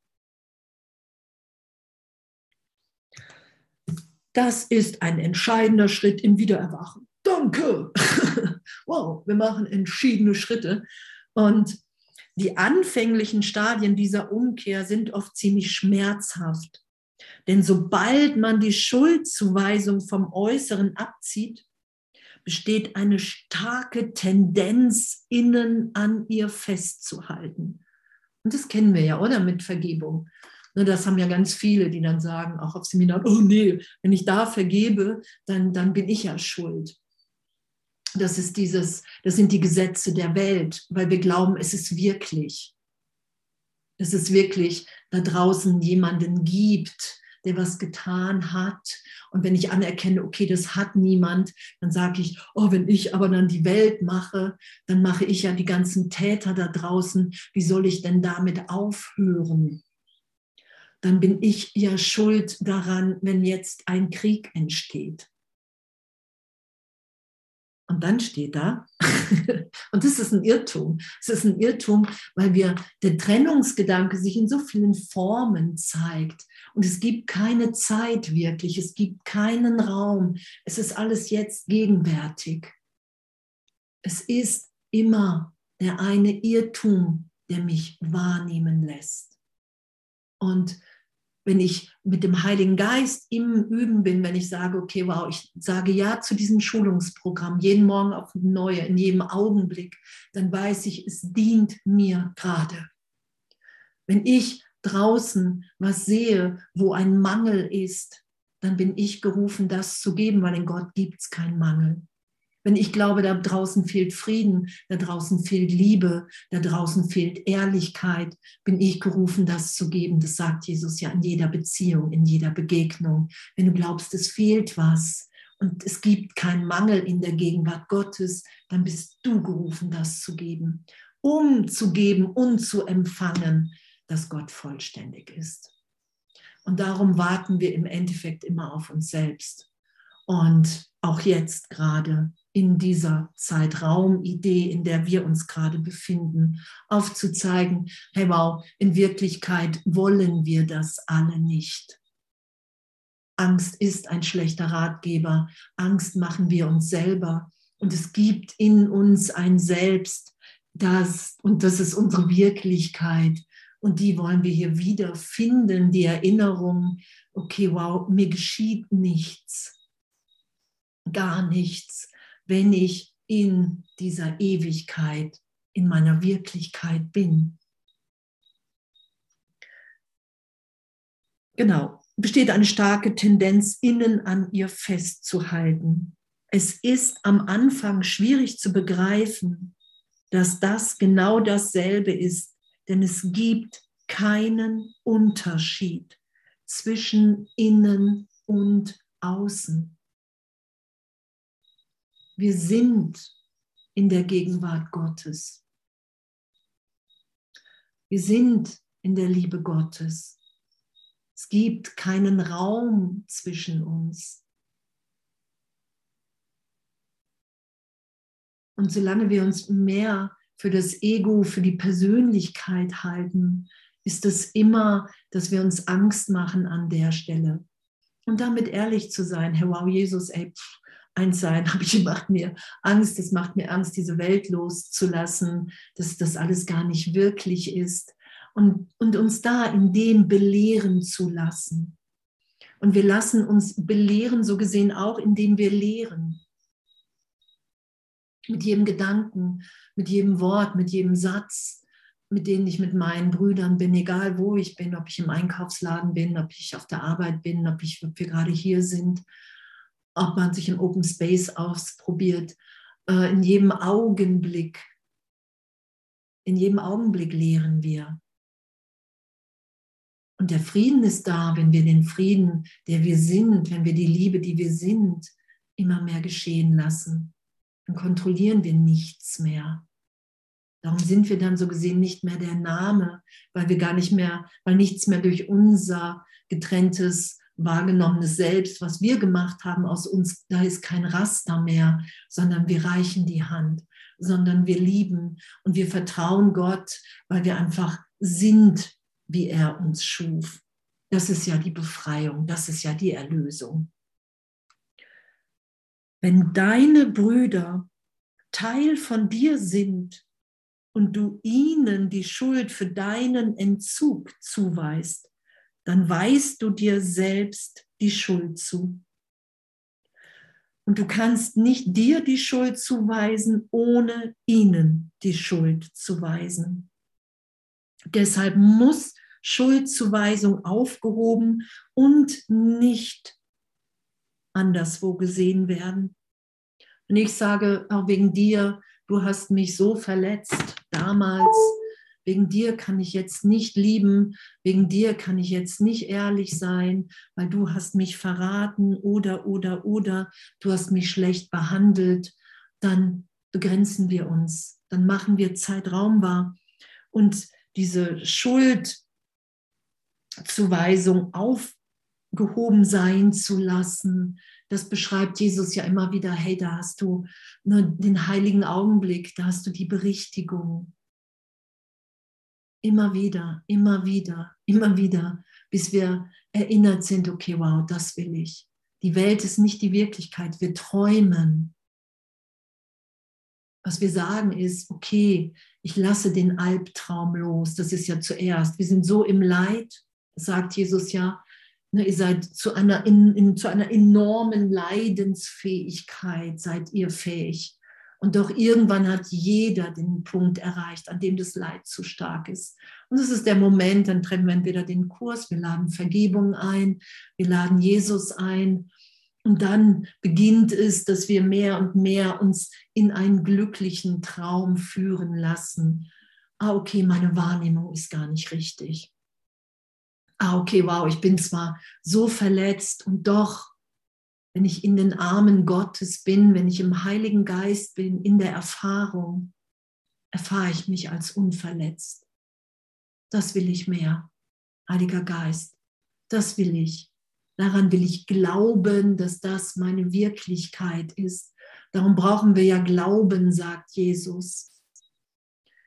Das ist ein entscheidender Schritt im Wiedererwachen. Danke! Wow, wir machen entschiedene Schritte. Und die anfänglichen Stadien dieser Umkehr sind oft ziemlich schmerzhaft. Denn sobald man die Schuldzuweisung vom Äußeren abzieht, besteht eine starke Tendenz, innen an ihr festzuhalten. Und das kennen wir ja, oder? Mit Vergebung. Das haben ja ganz viele, die dann sagen, auch auf Seminaren, oh nee, wenn ich da vergebe, dann bin ich ja schuld. Das sind die Gesetze der Welt, weil wir glauben, es ist wirklich da draußen jemanden gibt, der was getan hat. Und wenn ich anerkenne, okay, das hat niemand, dann sage ich, oh, wenn ich aber dann die Welt mache, dann mache ich ja die ganzen Täter da draußen. Wie soll ich denn damit aufhören? Dann bin ich ja schuld daran, wenn jetzt ein Krieg entsteht. Und dann steht da, und das ist ein Irrtum. Es ist ein Irrtum, weil der Trennungsgedanke sich in so vielen Formen zeigt. Und es gibt keine Zeit wirklich, es gibt keinen Raum. Es ist alles jetzt gegenwärtig. Es ist immer der eine Irrtum, der mich wahrnehmen lässt. Und wenn ich mit dem Heiligen Geist im Üben bin, wenn ich sage, okay, wow, ich sage ja zu diesem Schulungsprogramm, jeden Morgen auf Neue, in jedem Augenblick, dann weiß ich, es dient mir gerade. Wenn ich draußen was sehe, wo ein Mangel ist, dann bin ich gerufen, das zu geben, weil in Gott gibt es keinen Mangel. Wenn ich glaube, da draußen fehlt Frieden, da draußen fehlt Liebe, da draußen fehlt Ehrlichkeit, bin ich gerufen, das zu geben. Das sagt Jesus ja in jeder Beziehung, in jeder Begegnung. Wenn du glaubst, es fehlt was und es gibt keinen Mangel in der Gegenwart Gottes, dann bist du gerufen, das zu geben, um zu geben und zu empfangen, dass Gott vollständig ist. Und darum warten wir im Endeffekt immer auf uns selbst. Und auch jetzt gerade in dieser Zeitraumidee, in der wir uns gerade befinden, aufzuzeigen, hey wow, in Wirklichkeit wollen wir das alle nicht. Angst ist ein schlechter Ratgeber. Angst machen wir uns selber. Und es gibt in uns ein Selbst, das ist unsere Wirklichkeit. Und die wollen wir hier wiederfinden, die Erinnerung, okay, wow, mir geschieht nichts, gar nichts, wenn ich in dieser Ewigkeit, in meiner Wirklichkeit bin. Genau, besteht eine starke Tendenz, innen an ihr festzuhalten. Es ist am Anfang schwierig zu begreifen, dass das genau dasselbe ist, denn es gibt keinen Unterschied zwischen innen und außen. Wir sind in der Gegenwart Gottes. Wir sind in der Liebe Gottes. Es gibt keinen Raum zwischen uns. Und solange wir uns mehr für das Ego, für die Persönlichkeit halten, ist es immer, dass wir uns Angst machen an der Stelle. Und damit ehrlich zu sein, hey, wow, Jesus, ey, eins sein, macht mir Angst, es macht mir Angst, diese Welt loszulassen, dass das alles gar nicht wirklich ist. Und uns da in dem belehren zu lassen. Und wir lassen uns belehren, so gesehen auch, indem wir lehren. Mit jedem Gedanken, mit jedem Wort, mit jedem Satz, mit denen ich mit meinen Brüdern bin, egal wo ich bin, ob ich im Einkaufsladen bin, ob ich auf der Arbeit bin, ob wir gerade hier sind, ob man sich im Open Space ausprobiert, in jedem Augenblick lehren wir. Und der Frieden ist da, wenn wir den Frieden, der wir sind, wenn wir die Liebe, die wir sind, immer mehr geschehen lassen. Dann kontrollieren wir nichts mehr. Darum sind wir dann so gesehen nicht mehr der Name, weil nichts mehr durch unser getrenntes, wahrgenommenes Selbst, was wir gemacht haben aus uns, da ist kein Raster mehr, sondern wir reichen die Hand, sondern wir lieben und wir vertrauen Gott, weil wir einfach sind, wie er uns schuf. Das ist ja die Befreiung, das ist ja die Erlösung. Wenn deine Brüder Teil von dir sind und du ihnen die Schuld für deinen Entzug zuweist, dann weist du dir selbst die Schuld zu. Und du kannst nicht dir die Schuld zuweisen, ohne ihnen die Schuld zuweisen. Deshalb muss Schuldzuweisung aufgehoben und nicht anderswo gesehen werden. Und ich sage auch wegen dir, du hast mich so verletzt damals, wegen dir kann ich jetzt nicht lieben, wegen dir kann ich jetzt nicht ehrlich sein, weil du hast mich verraten oder, du hast mich schlecht behandelt, dann begrenzen wir uns, dann machen wir Zeitraum wahr. Und diese Schuldzuweisung aufgehoben sein zu lassen, das beschreibt Jesus ja immer wieder, hey, da hast du den heiligen Augenblick, da hast du die Berichtigung. Immer wieder, bis wir erinnert sind, okay, wow, das will ich. Die Welt ist nicht die Wirklichkeit, wir träumen. Was wir sagen ist, okay, ich lasse den Albtraum los, das ist ja zuerst. Wir sind so im Leid, sagt Jesus ja, ihr seid zu einer enormen Leidensfähigkeit, seid ihr fähig. Und doch irgendwann hat jeder den Punkt erreicht, an dem das Leid zu stark ist. Und das ist der Moment, dann treffen wir entweder den Kurs, wir laden Vergebung ein, wir laden Jesus ein. Und dann beginnt es, dass wir mehr und mehr uns in einen glücklichen Traum führen lassen. Okay, meine Wahrnehmung ist gar nicht richtig. Okay, wow, ich bin zwar so verletzt und doch, wenn ich in den Armen Gottes bin, wenn ich im Heiligen Geist bin, in der Erfahrung, erfahre ich mich als unverletzt. Das will ich mehr, Heiliger Geist, das will ich. Daran will ich glauben, dass das meine Wirklichkeit ist. Darum brauchen wir ja Glauben, sagt Jesus.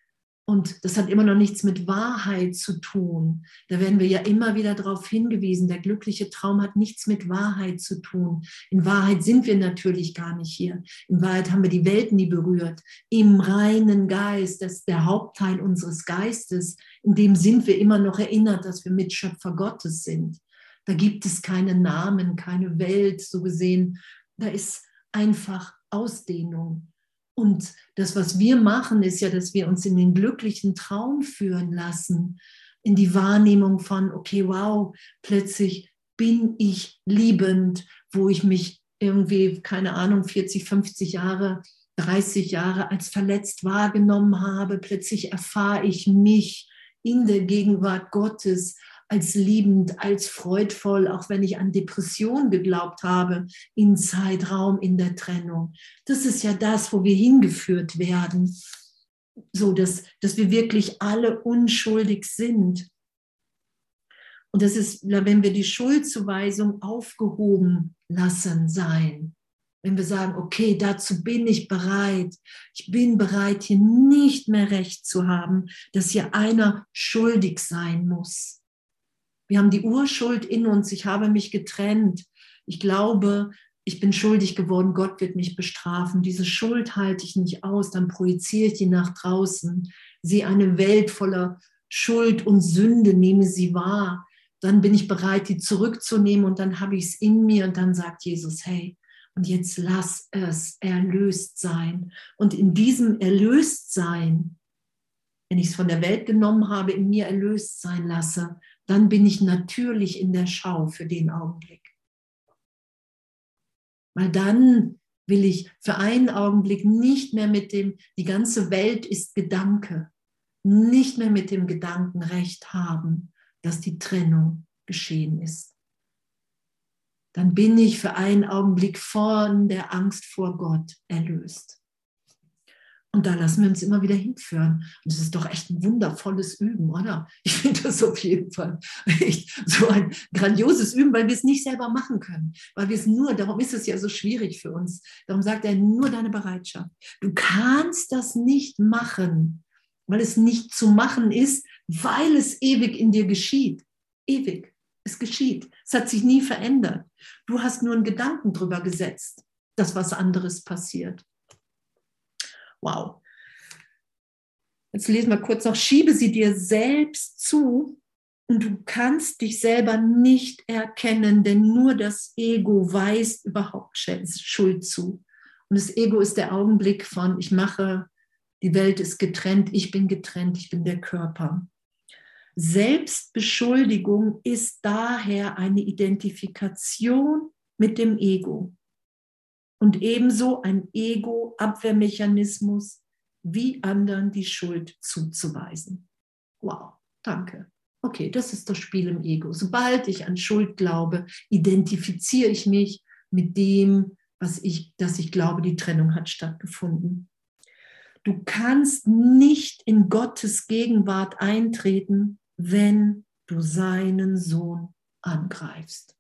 Und das hat immer noch nichts mit Wahrheit zu tun. Da werden wir ja immer wieder darauf hingewiesen, der glückliche Traum hat nichts mit Wahrheit zu tun. In Wahrheit sind wir natürlich gar nicht hier. In Wahrheit haben wir die Welt nie berührt. Im reinen Geist, das ist der Hauptteil unseres Geistes, in dem sind wir immer noch erinnert, dass wir Mitschöpfer Gottes sind. Da gibt es keine Namen, keine Welt, so gesehen. Da ist einfach Ausdehnung. Und das, was wir machen, ist ja, dass wir uns in den glücklichen Traum führen lassen, in die Wahrnehmung von, okay, wow, plötzlich bin ich liebend, wo ich mich irgendwie, keine Ahnung, 40, 50 Jahre, 30 Jahre als verletzt wahrgenommen habe. Plötzlich erfahre ich mich in der Gegenwart Gottes als liebend, als freudvoll, auch wenn ich an Depression geglaubt habe, in Zeitraum, in der Trennung. Das ist ja das, wo wir hingeführt werden, so dass wir wirklich alle unschuldig sind. Und das ist, wenn wir die Schuldzuweisung aufgehoben lassen sein, wenn wir sagen, okay, dazu bin ich bereit. Ich bin bereit, hier nicht mehr Recht zu haben, dass hier einer schuldig sein muss. Wir haben die Urschuld in uns. Ich habe mich getrennt. Ich glaube, ich bin schuldig geworden. Gott wird mich bestrafen. Diese Schuld halte ich nicht aus. Dann projiziere ich die nach draußen. Sehe eine Welt voller Schuld und Sünde, nehme sie wahr. Dann bin ich bereit, die zurückzunehmen und dann habe ich es in mir und dann sagt Jesus, hey, und jetzt lass es erlöst sein. Und in diesem Erlöstsein, wenn ich es von der Welt genommen habe, in mir erlöst sein lasse, dann bin ich natürlich in der Schau für den Augenblick. Weil dann will ich für einen Augenblick nicht mehr mit dem, die ganze Welt ist Gedanke, nicht mehr mit dem Gedanken recht haben, dass die Trennung geschehen ist. Dann bin ich für einen Augenblick von der Angst vor Gott erlöst. Und da lassen wir uns immer wieder hinführen. Und das ist doch echt ein wundervolles Üben, oder? Ich finde das auf jeden Fall echt so ein grandioses Üben, weil wir es nicht selber machen können. Weil wir es nur, darum ist es ja so schwierig für uns. Darum sagt er, nur deine Bereitschaft. Du kannst das nicht machen, weil es nicht zu machen ist, weil es ewig in dir geschieht. Ewig. Es geschieht. Es hat sich nie verändert. Du hast nur einen Gedanken drüber gesetzt, dass was anderes passiert. Wow. Jetzt lesen wir kurz noch. Schiebe sie dir selbst zu und du kannst dich selber nicht erkennen, denn nur das Ego weist überhaupt Schuld zu. Und das Ego ist der Augenblick von, ich mache, die Welt ist getrennt, ich bin der Körper. Selbstbeschuldigung ist daher eine Identifikation mit dem Ego. Und ebenso ein Ego-Abwehrmechanismus, wie anderen die Schuld zuzuweisen. Wow, danke. Okay, das ist das Spiel im Ego. Sobald ich an Schuld glaube, identifiziere ich mich mit dem, dass ich glaube, die Trennung hat stattgefunden. Du kannst nicht in Gottes Gegenwart eintreten, wenn du seinen Sohn angreifst.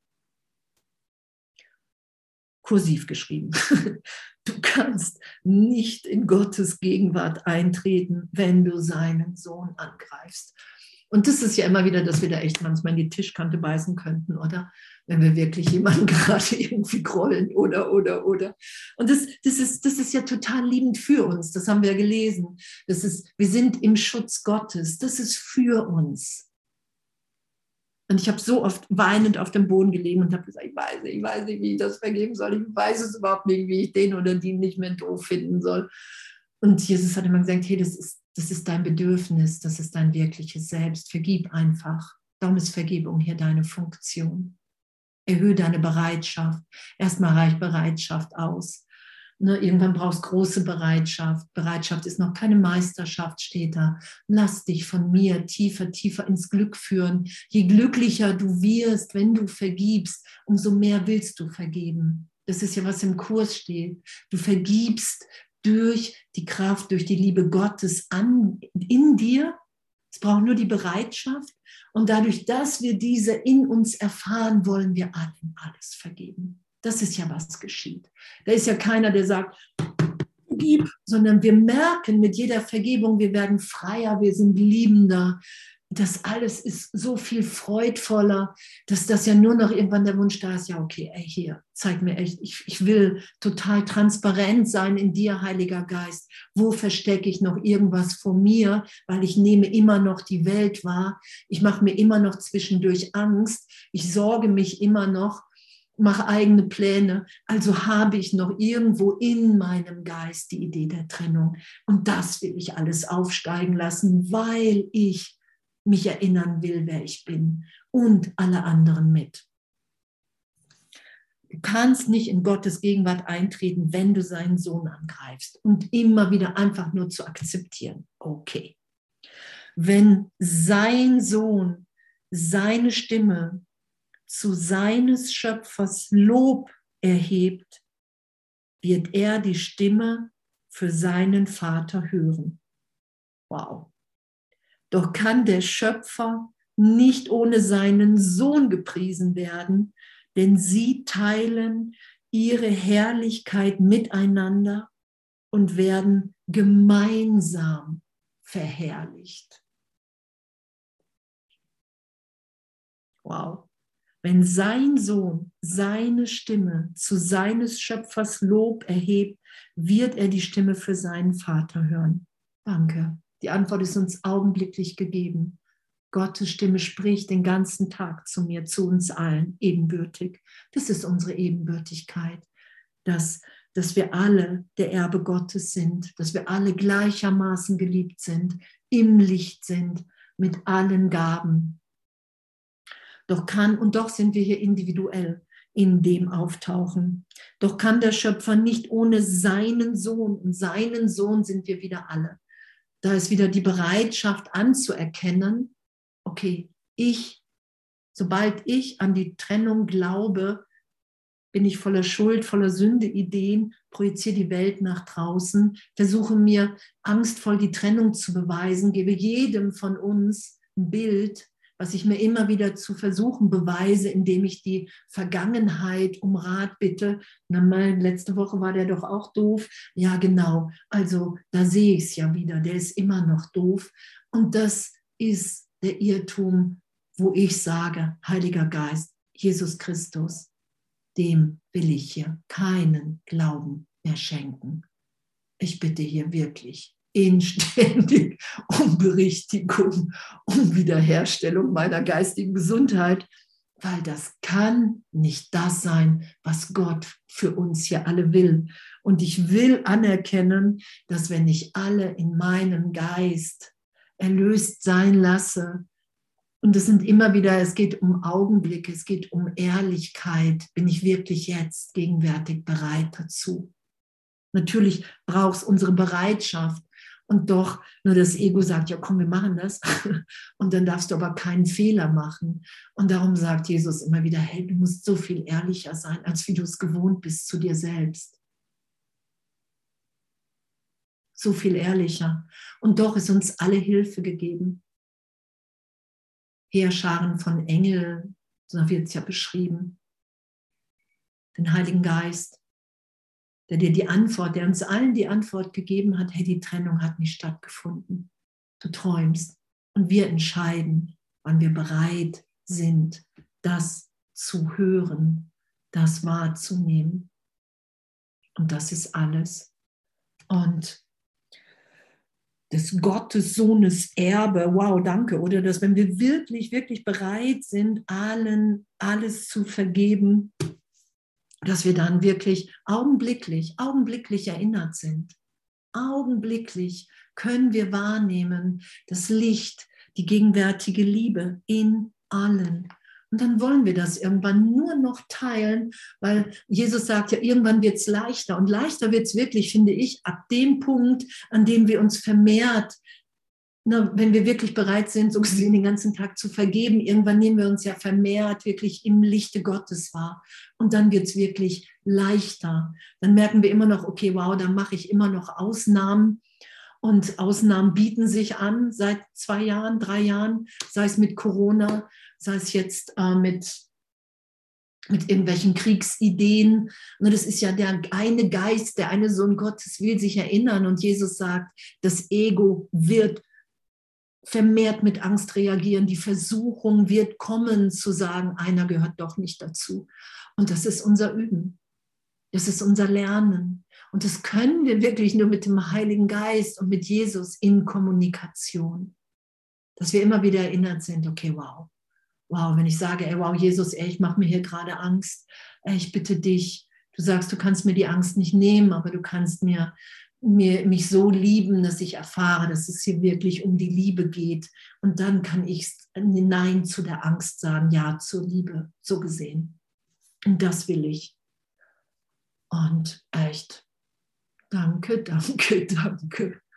Kursiv geschrieben. Du kannst nicht in Gottes Gegenwart eintreten, wenn du seinen Sohn angreifst. Und das ist ja immer wieder, dass wir da echt manchmal in die Tischkante beißen könnten, oder? Wenn wir wirklich jemanden gerade irgendwie grollen oder. Und das ist ja total liebend für uns. Das haben wir gelesen. Wir sind im Schutz Gottes. Das ist für uns. Und ich habe so oft weinend auf dem Boden gelegen und habe gesagt, ich weiß nicht, wie ich das vergeben soll. Ich weiß es überhaupt nicht, wie ich den oder die nicht mehr doof finden soll. Und Jesus hat immer gesagt, hey, das ist dein Bedürfnis, das ist dein wirkliches Selbst. Vergib einfach. Darum ist Vergebung hier deine Funktion. Erhöhe deine Bereitschaft. Erstmal reicht Bereitschaft aus. Irgendwann brauchst du große Bereitschaft. Bereitschaft ist noch keine Meisterschaft, steht da. Lass dich von mir tiefer ins Glück führen. Je glücklicher du wirst, wenn du vergibst, umso mehr willst du vergeben. Das ist ja, was im Kurs steht. Du vergibst durch die Kraft, durch die Liebe Gottes in dir. Es braucht nur die Bereitschaft. Und dadurch, dass wir diese in uns erfahren, wollen wir allen alles vergeben. Das ist ja, was geschieht. Da ist ja keiner, der sagt, gib, sondern wir merken mit jeder Vergebung, wir werden freier, wir sind liebender. Das alles ist so viel freudvoller, dass das ja nur noch irgendwann der Wunsch da ist, ja okay, ey, hier, zeig mir echt, ich will total transparent sein in dir, Heiliger Geist. Wo verstecke ich noch irgendwas vor mir, weil ich nehme immer noch die Welt wahr, ich mache mir immer noch zwischendurch Angst, ich sorge mich immer noch, mache eigene Pläne, also habe ich noch irgendwo in meinem Geist die Idee der Trennung. Und das will ich alles aufsteigen lassen, weil ich mich erinnern will, wer ich bin und alle anderen mit. Du kannst nicht in Gottes Gegenwart eintreten, wenn du seinen Sohn angreifst und immer wieder einfach nur zu akzeptieren. Okay. Wenn sein Sohn seine Stimme zu seines Schöpfers Lob erhebt, wird er die Stimme für seinen Vater hören. Wow. Doch kann der Schöpfer nicht ohne seinen Sohn gepriesen werden, denn sie teilen ihre Herrlichkeit miteinander und werden gemeinsam verherrlicht. Wow. Wenn sein Sohn seine Stimme zu seines Schöpfers Lob erhebt, wird er die Stimme für seinen Vater hören. Danke. Die Antwort ist uns augenblicklich gegeben. Gottes Stimme spricht den ganzen Tag zu mir, zu uns allen, ebenbürtig. Das ist unsere Ebenbürtigkeit, dass wir alle der Erbe Gottes sind, dass wir alle gleichermaßen geliebt sind, im Licht sind, mit allen Gaben. Doch sind wir hier individuell in dem Auftauchen. Doch kann der Schöpfer nicht ohne seinen Sohn, und seinen Sohn sind wir wieder alle. Da ist wieder die Bereitschaft anzuerkennen, okay, sobald ich an die Trennung glaube, bin ich voller Schuld, voller Sünde, Ideen, projiziere die Welt nach draußen, versuche mir angstvoll die Trennung zu beweisen, gebe jedem von uns ein Bild, was ich mir immer wieder zu versuchen beweise, indem ich die Vergangenheit um Rat bitte. Letzte Woche war der doch auch doof. Ja, genau. Also da sehe ich es ja wieder. Der ist immer noch doof. Und das ist der Irrtum, wo ich sage, Heiliger Geist, Jesus Christus, dem will ich hier keinen Glauben mehr schenken. Ich bitte hier wirklich inständig um Berichtigung, um Wiederherstellung meiner geistigen Gesundheit, weil das kann nicht das sein, was Gott für uns hier alle will. Und ich will anerkennen, dass wenn ich alle in meinem Geist erlöst sein lasse, und es sind immer wieder, es geht um Augenblicke, es geht um Ehrlichkeit, bin ich wirklich jetzt gegenwärtig bereit dazu? Natürlich braucht es unsere Bereitschaft. Und doch, nur das Ego sagt, ja komm, wir machen das. Und dann darfst du aber keinen Fehler machen. Und darum sagt Jesus immer wieder, hey, du musst so viel ehrlicher sein, als wie du es gewohnt bist zu dir selbst. So viel ehrlicher. Und doch ist uns alle Hilfe gegeben. Heerscharen von Engeln, so wird es ja beschrieben. Den Heiligen Geist, der dir die Antwort, der uns allen die Antwort gegeben hat, hey, die Trennung hat nicht stattgefunden. Du träumst. Und wir entscheiden, wann wir bereit sind, das zu hören, das wahrzunehmen. Und das ist alles. Und des Gottes Sohnes Erbe, wow, danke. Oder dass, wenn wir wirklich, wirklich bereit sind, allen alles zu vergeben, dass wir dann wirklich augenblicklich erinnert sind. Augenblicklich können wir wahrnehmen, das Licht, die gegenwärtige Liebe in allen. Und dann wollen wir das irgendwann nur noch teilen, weil Jesus sagt ja, irgendwann wird es leichter. Und leichter wird es wirklich, finde ich, ab dem Punkt, an dem wir uns vermehrt, wenn wir wirklich bereit sind, so gesehen den ganzen Tag zu vergeben, irgendwann nehmen wir uns ja vermehrt wirklich im Lichte Gottes wahr. Und dann wird es wirklich leichter. Dann merken wir immer noch, okay, wow, da mache ich immer noch Ausnahmen. Und Ausnahmen bieten sich an seit 2 Jahren, 3 Jahren, sei es mit Corona, sei es jetzt mit mit irgendwelchen Kriegsideen. Und das ist ja der eine Geist, der eine Sohn Gottes will sich erinnern. Und Jesus sagt, das Ego wird vermehrt mit Angst reagieren. Die Versuchung wird kommen, zu sagen, einer gehört doch nicht dazu. Und das ist unser Üben. Das ist unser Lernen. Und das können wir wirklich nur mit dem Heiligen Geist und mit Jesus in Kommunikation. Dass wir immer wieder erinnert sind, okay, wow. Wow, wenn ich sage, ey, wow, Jesus, ey, ich mache mir hier gerade Angst. Ey, ich bitte dich, du sagst, du kannst mir die Angst nicht nehmen, aber du kannst mich so lieben, dass ich erfahre, dass es hier wirklich um die Liebe geht. Und dann kann ich Nein zu der Angst sagen, ja zur Liebe, so gesehen. Und das will ich. Und echt, danke, danke, danke.